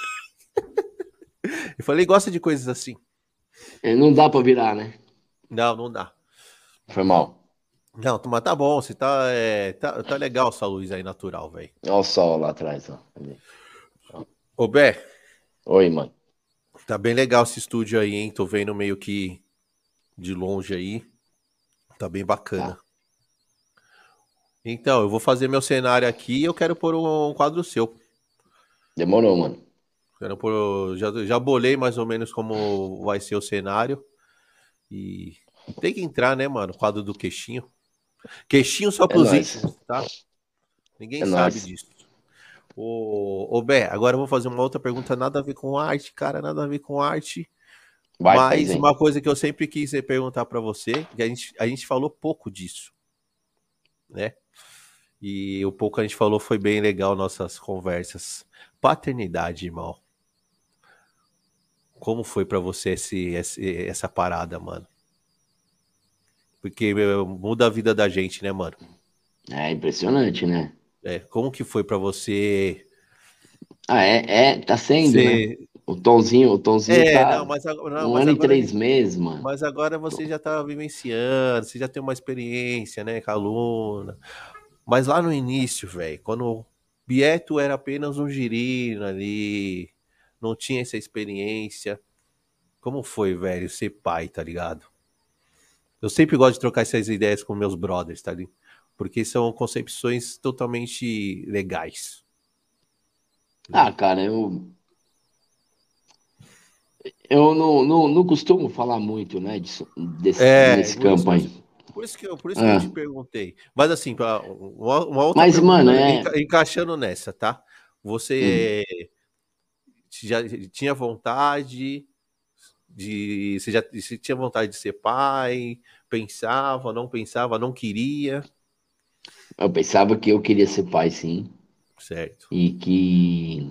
Eu falei, gosta de coisas assim. não dá pra virar, né? Não, não dá. Foi mal. Não, mas tá bom, você tá legal essa luz aí natural, velho. Olha o sol lá atrás, ó. Ali. Ô, Bé, Oi, mano. tá bem legal esse estúdio aí, hein? Tô vendo meio que de longe aí. Tá bem bacana. Tá. Então, eu vou fazer meu cenário aqui e eu quero pôr um quadro seu. Demorou, mano. Quero pôr, já bolei mais ou menos como vai ser o cenário. E tem que entrar, né, mano? Quadro do Queixinho. Queixinho só É pros nóis. íntimos, tá? Ninguém É sabe nóis. disso. Ô, Bé, agora eu vou fazer uma outra pergunta, nada a ver com arte, cara, nada a ver com arte. Vai, Mas paizinho. uma coisa que eu sempre quis perguntar pra você, que a gente falou pouco disso, né? E o pouco que a gente falou foi bem legal nossas conversas. Paternidade, irmão. Como foi pra você essa parada, mano? Porque muda a vida da gente, né, mano? É impressionante, né? Como que foi pra você Ah, tá sendo, né? ser. O tonzinho Não, tá não, um mas ano e agora a 3 meses, mano. mas agora você já tá vivenciando, você já tem uma experiência, né, com a aluna. Mas lá no início, velho, quando Bieto era apenas um girino ali, não tinha essa experiência. Como foi, velho, ser pai, tá ligado? Eu sempre gosto de trocar essas ideias com meus brothers, tá ligado? Porque são concepções totalmente legais, Ah, né? cara, eu não costumo falar muito, né, É, nesse campo aí. por isso que eu te Ah, perguntei. Mas assim, uma outra mas, pergunta mano, encaixando nessa, tá? hum, Você já tinha vontade você tinha vontade de ser pai? Pensava, não pensava, não queria? eu pensava que eu queria ser pai, sim, Certo. e que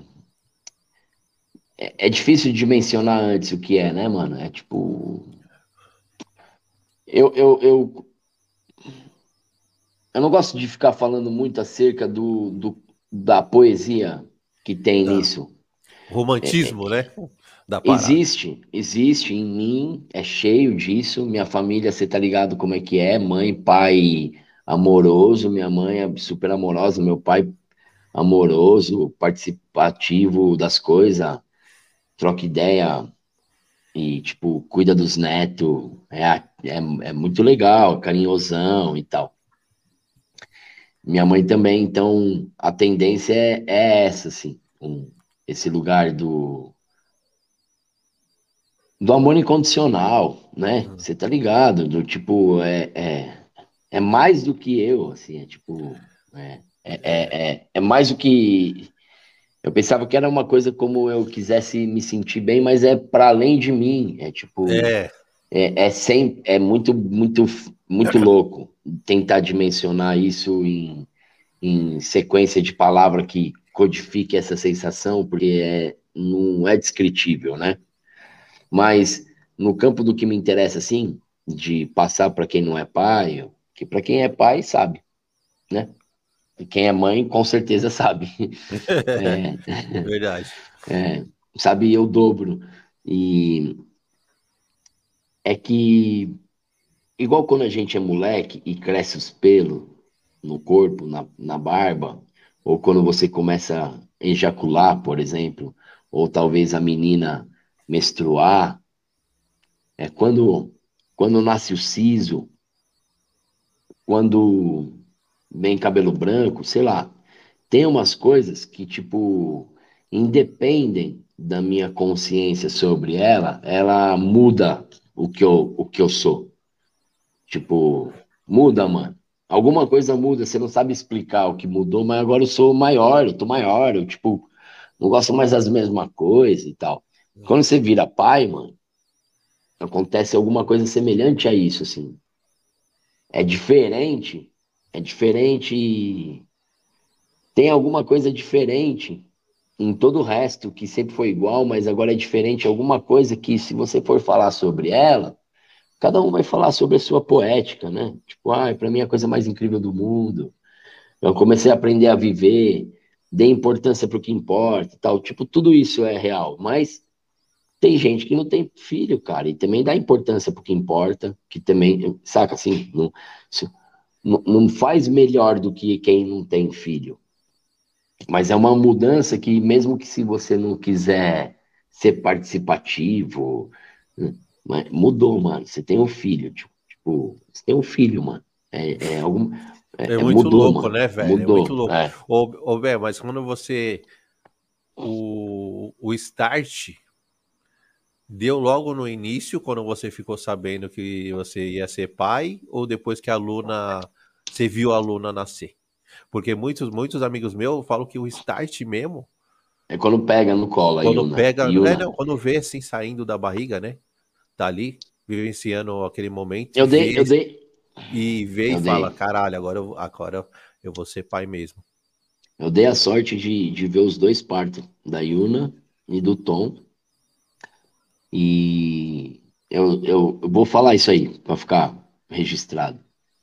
é difícil de mencionar antes o que é, né, mano? É tipo, eu, eu, eu, eu não gosto de ficar falando muito acerca da poesia que tem Tá. nisso. Romantismo, né? Da parada. Existe em mim, é cheio disso. Minha família, você tá ligado como é que é? Mãe, pai amoroso, minha mãe é super amorosa, meu pai amoroso, participativo das coisas, troca ideia e, tipo, cuida dos netos. É muito legal, carinhosão e tal. Minha mãe também, então a tendência é essa, assim, esse lugar do amor incondicional, né? Hum. Você tá ligado? Do tipo, é mais do que eu, assim, é tipo, é mais do que. Eu pensava que era uma coisa como eu quisesse me sentir bem, mas é para além de mim, é tipo, É, é muito louco tentar dimensionar isso em sequência de palavra que codifique essa sensação, porque não é descritível, né? Mas no campo do que me interessa, assim, de passar para quem não é pai, que para quem é pai sabe, né? E quem é mãe com certeza sabe. É, verdade. sabe, eu dobro. E é que, igual quando a gente é moleque e cresce os pelos no corpo, na barba, ou quando você começa a ejacular, por exemplo, ou talvez a menina menstruar, quando nasce o siso, quando vem cabelo branco, sei lá. Tem umas coisas que, tipo, independem da minha consciência sobre ela muda o que eu sou. Tipo, muda, mano. Alguma coisa muda, você não sabe explicar o que mudou, mas agora eu sou maior, eu tô maior, eu, tipo, não gosto mais das mesmas coisas e tal. Quando você vira pai, mano, acontece alguma coisa semelhante a isso, assim. É diferente, é diferente. Tem alguma coisa diferente em todo o resto, que sempre foi igual, mas agora é diferente. Alguma coisa que, se você for falar sobre ela, cada um vai falar sobre a sua poética, né? Tipo, para mim é a coisa mais incrível do mundo. Eu comecei a aprender a viver, dei importância para o que importa e tal. Tipo, tudo isso é real, mas tem gente que não tem filho, cara, e também dá importância para o que importa, que também, saca assim, não faz melhor do que quem não tem filho. Mas é uma mudança que, mesmo que se você não quiser ser participativo, mudou, mano. Você tem um filho, você tem um filho, mano. É muito Mudou, louco, mano. né, velho? É muito Mudou. louco. Ô, velho, mas quando você. O start deu logo no início, quando você ficou sabendo que você ia ser pai, ou depois que a Luna. Você viu a Luna nascer? Porque muitos amigos meus falam que o start mesmo, É quando pega no colo a quando Yuna. pega. É, Yuna. não, quando vê assim saindo da barriga, né? Tá ali, vivenciando aquele momento Eu dei, eu dei, e vê e eu fala: dei. caralho, agora eu vou ser pai mesmo. Eu dei a sorte de ver os dois partos, da Yuna e do Tom. E eu vou falar isso aí, pra ficar registrado.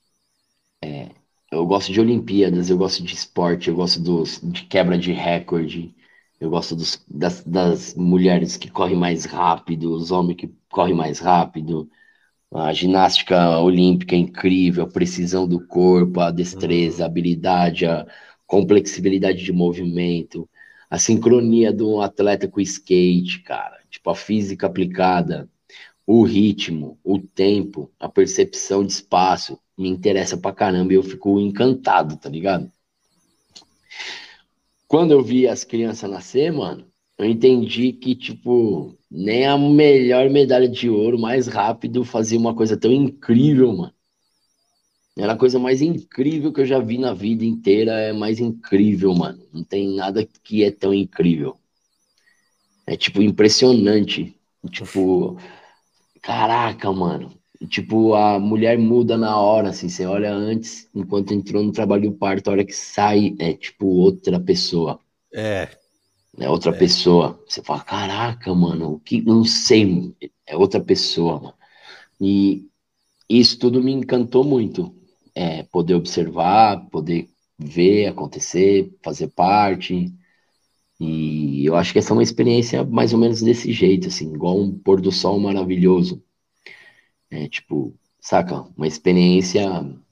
Eu gosto de Olimpíadas, eu gosto de esporte, eu gosto de quebra de recorde, eu gosto das mulheres que correm mais rápido, os homens que correm mais rápido, a ginástica olímpica é incrível, a precisão do corpo, a destreza, a Hum, habilidade, a complexibilidade de movimento, a sincronia de um atleta com o skate, cara. Tipo, a física aplicada, o ritmo, o tempo, a percepção de espaço, me interessa pra caramba e eu fico encantado, tá ligado? Quando eu vi as crianças nascer, mano, eu entendi que, tipo, nem a melhor medalha de ouro mais rápido fazia uma coisa tão incrível, mano. Era a coisa mais incrível que eu já vi na vida inteira, é mais incrível, mano. Não tem nada que é tão incrível. É, tipo, impressionante. Tipo, caraca, mano. Tipo, a mulher muda na hora, assim. Você olha antes, enquanto entrou no trabalho do parto, a hora que sai, é tipo outra pessoa. É, É outra é. pessoa. Você fala, caraca, mano, o que não sei, é outra pessoa, mano. E isso tudo me encantou muito. É, poder observar, poder ver acontecer, fazer parte. E eu acho que essa é uma experiência mais ou menos desse jeito, assim, igual um pôr do sol maravilhoso. É tipo, saca? Uma experiência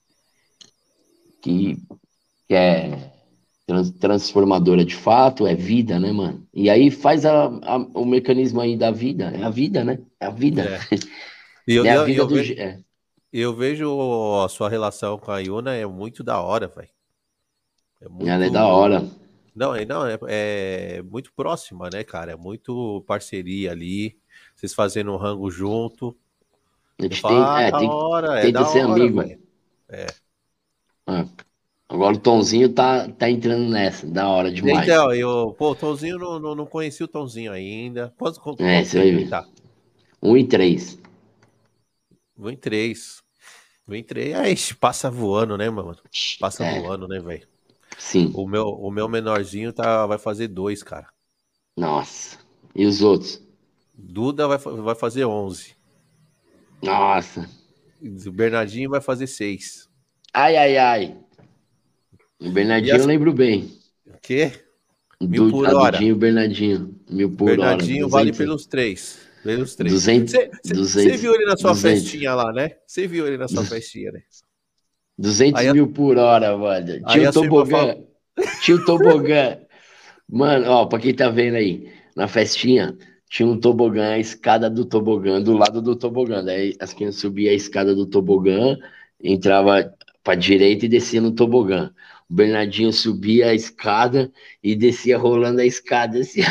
que, que é transformadora de fato, é vida, né, mano? E aí faz o mecanismo aí da vida, é a vida, né? É a vida. É. E eu, É a eu, vida eu, do. ve- eu vejo a sua relação com a Yuna é muito da hora, velho. É Ela é da muito. hora. Não, é muito próxima, né, cara? É muito parceria ali. Vocês fazendo um rango junto. A Eu gente falo, tem, ah, da tem, hora, é tenta da ser hora, amigo. velho. É. Ah, agora o Tonzinho tá entrando nessa, da hora demais. Então, pô, o Tomzinho não conheci o Tomzinho ainda. É, Quanto você vai tempo ele ver. tá? 1 e 3. Vou em três. Vou em três. Aí, passa voando, né, mano? Passa É, voando, né, velho? sim. O meu menorzinho vai fazer dois, cara. Nossa. E os outros? Duda vai fazer 11. Nossa. O Bernardinho vai fazer 6. Ai, ai, ai. O E Bernardinho eu as. lembro bem. O quê? 1.000 por A hora. Dudinho e o Bernardinho. 1.000 por hora. Bernardinho vale 200. pelos três. Pelos três. 200. Você 200. viu ele na sua 200. festinha lá, né? Você viu ele na sua festinha, né? 200 Aí a, mil por hora, mano. Tinha aí o a sua irmã fala. tobogã. Tinha o tobogã. Mano, ó, pra quem tá vendo aí, na festinha, tinha um tobogã, a escada do tobogã, do lado do tobogã. Daí as crianças subiam a escada do tobogã, entrava pra direita e descia no tobogã. O Bernardinho subia a escada e descia rolando a escada, assim.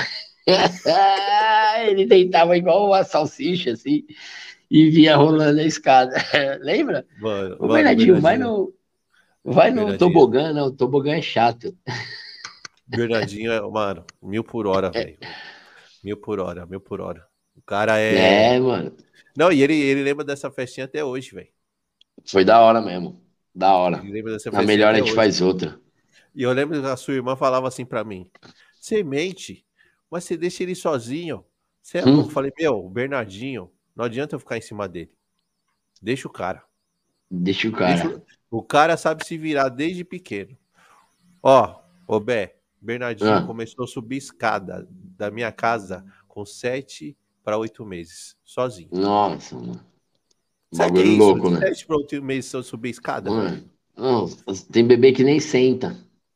Ele deitava igual uma salsicha, assim, e via rolando a escada. Lembra? Ô, Mano, Bernardinho, vai no Bernardinho, tobogã, não, o tobogã é chato. Bernardinho é, mano, 1.000 por hora, velho. 1.000 por hora, 1.000 por hora. O cara É, é. mano, Não, e ele lembra dessa festinha até hoje, velho. foi da hora mesmo. Da hora. Ele lembra dessa Na festinha melhor a até gente hoje. faz outra. E eu lembro que a sua irmã falava assim pra mim: você mente, mas você deixa ele sozinho. Você é louco. Eu Hum, falei: meu, o Bernardinho, não adianta eu ficar em cima dele. Deixa o cara. deixa o Deixa cara. o cara sabe se virar desde pequeno. Ó, ô Bé, Bernardinho Ah, começou a subir escada da minha casa com 7 para 8 meses, sozinho. nossa, mano. Sabe o que é Bagulho isso? louco, né? 7 para 8 meses eu subir escada, velho. Mano, não, tem bebê que nem senta.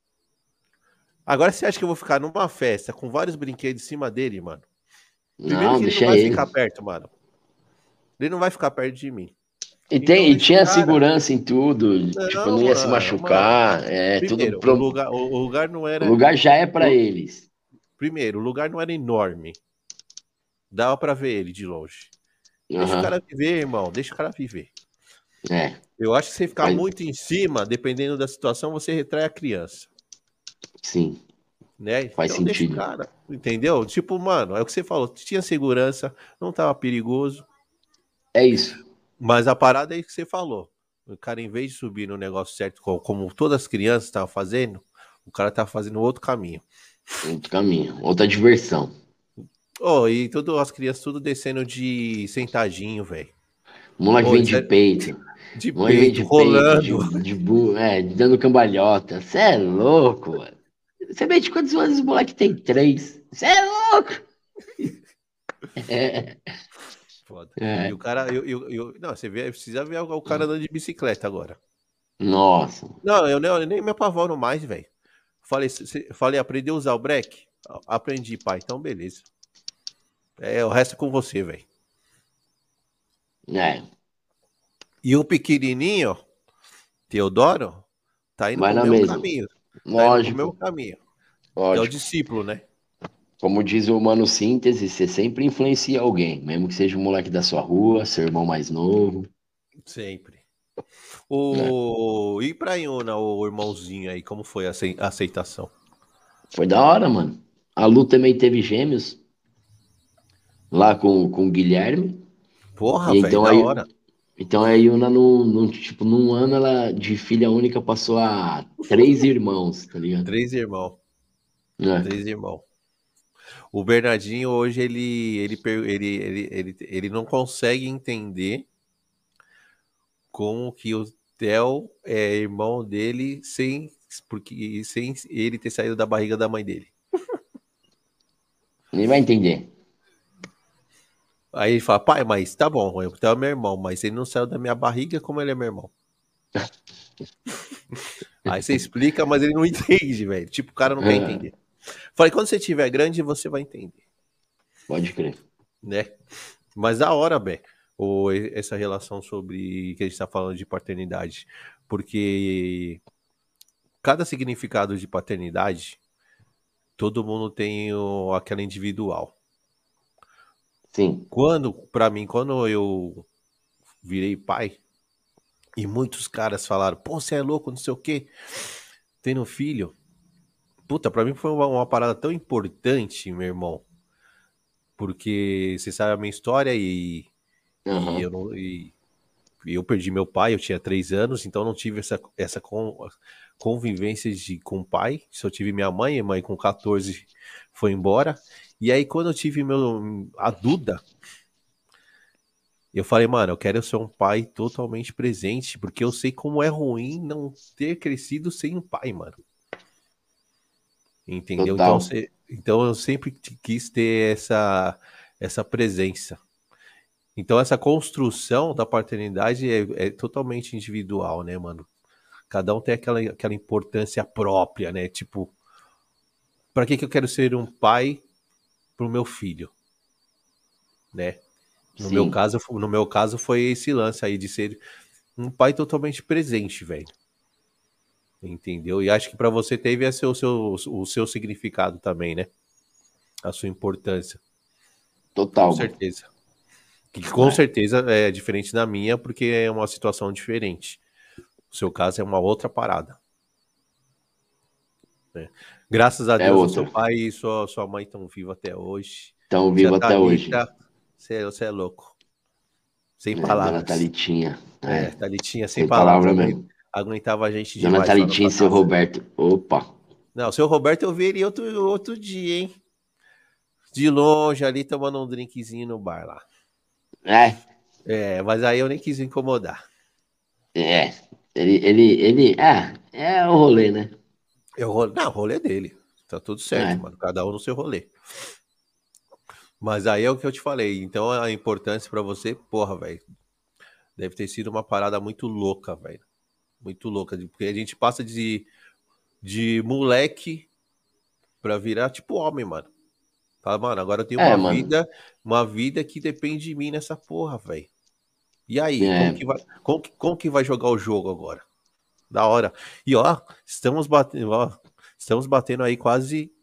Agora você acha que eu vou ficar numa festa com vários brinquedos em cima dele, mano? Primeiro Não, que ele não deixa vai ele. ficar perto, mano. Ele não vai ficar perto de mim. E, Então e deixa o tinha cara. segurança em tudo. Tipo, não Não, ia se mano. machucar. É tudo Primeiro, pronto. o lugar não O era. lugar já é pra o- eles. Primeiro, o lugar não era enorme. Dava pra ver ele de longe. Deixa o Aham. cara viver, irmão. Deixa o cara viver. É, Eu acho que você ficar faz, muito em cima, dependendo da situação, você retrai a criança, sim, né? faz Então deixa o sentido. cara, entendeu? Tipo, mano, é o que você falou, tinha segurança, não tava perigoso, É isso. mas a parada é isso que você falou. O cara, em vez de subir no negócio certo, como todas as crianças estavam fazendo, o cara tá fazendo outro caminho. Outro caminho. Outra diversão. Oh, e tudo, as crianças tudo descendo de sentadinho, velho. O moleque Oh, vem isso de é peito. de O moleque vem peito, de peito, rolando. dando cambalhota. Você é louco, mano. Você vê de quantos anos o moleque tem? 3. Você é louco. É, Foda. E é. o cara, não, você vê, precisa ver o cara andando de bicicleta agora. Nossa. Não, eu nem me apavoro mais, velho. Falei, aprendeu a usar o break? Aprendi, pai. Então, beleza. O resto é com você, velho. É, E o pequenininho, Teodoro, tá indo vai pro na mesmo mesma. caminho. Tá indo pro mesmo Lógico, caminho. Que é o lógico. discípulo, né? Como diz o Mano Síntese, você sempre influencia alguém, mesmo que seja um moleque da sua rua, seu irmão mais novo, Sempre. né? E pra Iuna, o irmãozinho aí, como foi a aceitação? Foi da hora, mano. A Lu também teve gêmeos lá com o Guilherme. Porra, E velho, então da aí, hora. então a Yuna, tipo, num ano, ela de filha única passou a três irmãos, tá ligado? Três irmãos. É. Três irmãos. O Bernardinho hoje ele não consegue entender como que o Theo é irmão dele sem ele ter saído da barriga da mãe dele. Nem vai entender. Aí ele fala, pai, mas tá bom, o Theo é meu irmão, mas ele não saiu da minha barriga, como ele é meu irmão? Aí você explica, mas ele não entende, velho. Tipo, o cara não quer Ah, entender. Falei, quando você tiver grande, você vai entender, pode crer. né? Mas da hora, Bé, essa relação sobre que a gente tá falando de paternidade. Porque cada significado de paternidade, todo mundo tem aquela individual. Sim, Pra mim, quando eu virei pai, e muitos caras falaram, pô, você é louco, não sei o quê, tendo filho. Puta, pra mim foi uma parada tão importante, meu irmão. Porque você sabe a minha história e eu aham. não. E eu perdi meu pai, eu tinha 3 anos, então não tive essa convivência com o pai. Só tive minha mãe com 14 foi embora. E aí, quando eu tive a Duda, eu falei, mano, eu quero ser um pai totalmente presente, porque eu sei como é ruim não ter crescido sem um pai, mano. Entendeu? Então, Total. então eu sempre quis ter essa presença. Então, essa construção da paternidade é totalmente individual, né, mano? Cada um tem aquela importância própria, né? Tipo, para que eu quero ser um pai pro meu filho, né? Sim, No meu caso foi esse lance aí de ser um pai totalmente presente, velho. Entendeu? E acho que para você teve o seu significado também, né? A sua importância, com total, mano. certeza. Que com É, certeza é diferente da minha, porque é uma situação diferente. O seu caso é uma outra parada, né? Graças a é Deus, o seu outra. pai e sua mãe estão vivos até hoje. Tão Tia vivo até hoje. Thalita, você é louco. Sem É, Dona palavras. Thalitinha. É, Thalitinha, sem sem palavras. palavra mesmo. Aguentava a gente Dona demais lá na Thalitinha sua e seu casa. Roberto. Opa. Não, o seu Roberto eu vi ele outro dia, hein? De longe ali tomando um drinkzinho no bar lá. É, Mas aí eu nem quis incomodar. é. É o rolê, né? Não, o rolê é dele. Tá tudo certo, É, mano. Cada um no seu rolê. Mas aí é o que eu te falei. Então a importância pra você, porra, velho. Deve ter sido uma parada muito louca, velho. Muito louca. Porque a gente passa de moleque pra virar tipo homem, mano. Fala, mano, agora eu tenho mano. uma vida que depende de mim nessa porra, velho. E aí, É, como que vai jogar o jogo agora? Da hora. E estamos batendo aí quase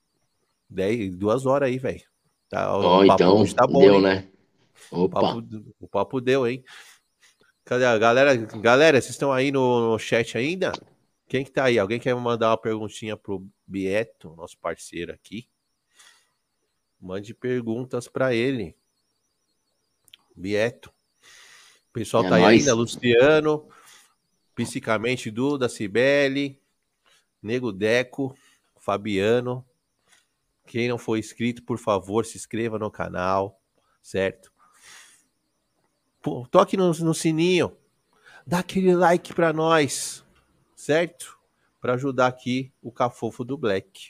2 horas aí, velho. Tá, o ó, papo então, hoje tá bom, deu, hein? né? Opa. O papo deu, hein? Cadê a galera? Galera, vocês estão aí no chat ainda? Quem que tá aí? Alguém quer mandar uma perguntinha pro Bieto, nosso parceiro aqui? Mande perguntas pra ele. Bieto. O pessoal É tá aí ainda? nóis. Luciano, Psicamente Duda, Cibele, Nego Deco, Fabiano. Quem não for inscrito, por favor, se inscreva no canal, certo? Pô, toque no sininho, dá aquele like pra nós, certo? Pra ajudar aqui o Cafofo do Black.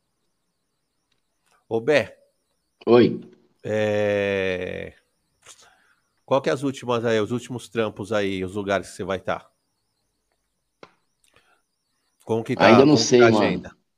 Ô, Bé, Oi. é... qual que é as últimas aí, os últimos trampos aí, os lugares que você vai estar? Ainda não Como que tá sei, a mano. agenda?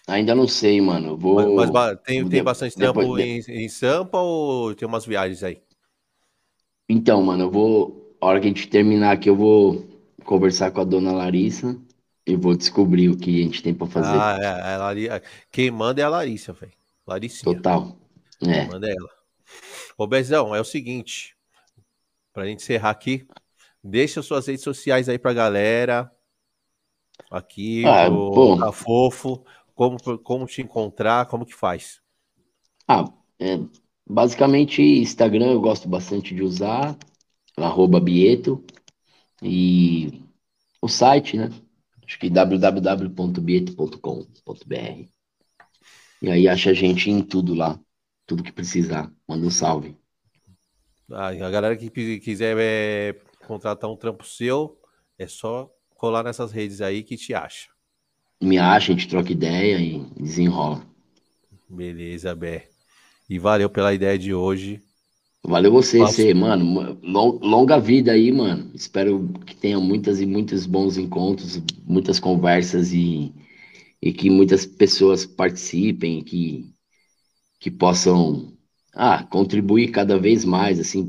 Ainda não sei, mano. Eu Mas vou. tem bastante Depois, tempo em Sampa ou tem umas viagens aí? então, mano, eu vou. A hora que a gente terminar aqui, eu vou conversar com a dona Larissa e vou descobrir o que a gente tem pra fazer. Ah, quem manda é a Larissa, velho. Laricinha. Total. Quem É. manda é ela. Ô, Bezão, é o seguinte, pra gente encerrar aqui, deixa suas redes sociais aí pra galera, aqui, Ah, pro pô. Cafofo, como te encontrar, como que faz? Ah, é, basicamente, Instagram eu gosto bastante de usar, @Bieto, e o site, né? Acho que www.bieto.com.br. E aí acha a gente em tudo lá, tudo que precisar. Manda um salve. Ah, a galera que quiser contratar um trampo seu, é só colar nessas redes aí que te acha. Me acha, a gente troca ideia e desenrola. Beleza, Bé. E valeu pela ideia de hoje. Valeu você, Passo- ser, mano. Longa vida aí, mano. Espero que tenha muitas e muitos bons encontros, muitas conversas e que muitas pessoas participem, que possam contribuir cada vez mais assim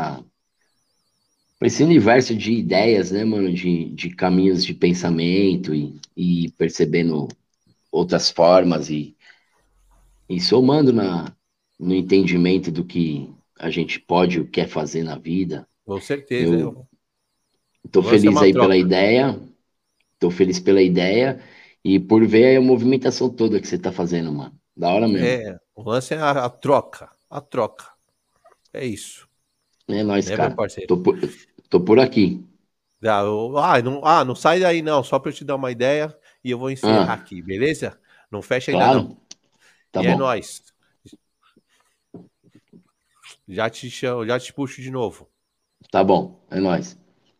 para esse universo de ideias, né, mano, de caminhos de pensamento e percebendo outras formas e somando no entendimento do que a gente pode ou quer fazer na vida. Com certeza. Eu O tô lance é feliz uma aí pela troca. ideia, tô feliz pela ideia e por ver a movimentação toda que você tá fazendo, mano. Da hora mesmo. O lance é a troca. A troca. É isso. É nóis, Né, meu cara. parceiro? Tô por aqui. Não sai daí não, só para eu te dar uma ideia e eu vou encerrar Ah, aqui, beleza? Não fecha ainda não. claro. Tá E é bom. nóis. Já te chamo, já te puxo de novo. Tá bom. É nóis.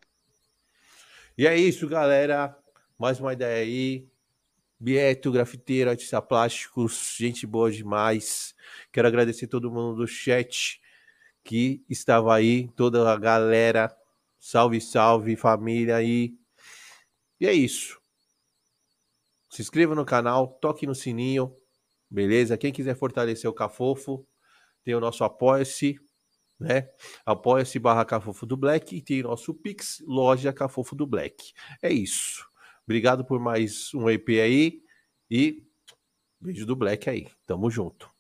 E é isso, galera. Mais uma ideia aí. Bieto, grafiteiro, artista plásticos, gente boa demais. Quero agradecer todo mundo do chat que estava aí, toda a galera. Salve, salve, família aí. E é isso. Se inscreva no canal, toque no sininho, beleza? Quem quiser fortalecer o Cafofo, tem o nosso Apoia-se, né? Apoia-se barra Cafofo do Black e tem o nosso Pix, loja Cafofo do Black. É isso. Obrigado por mais um EP aí e beijo do Black aí. Tamo junto.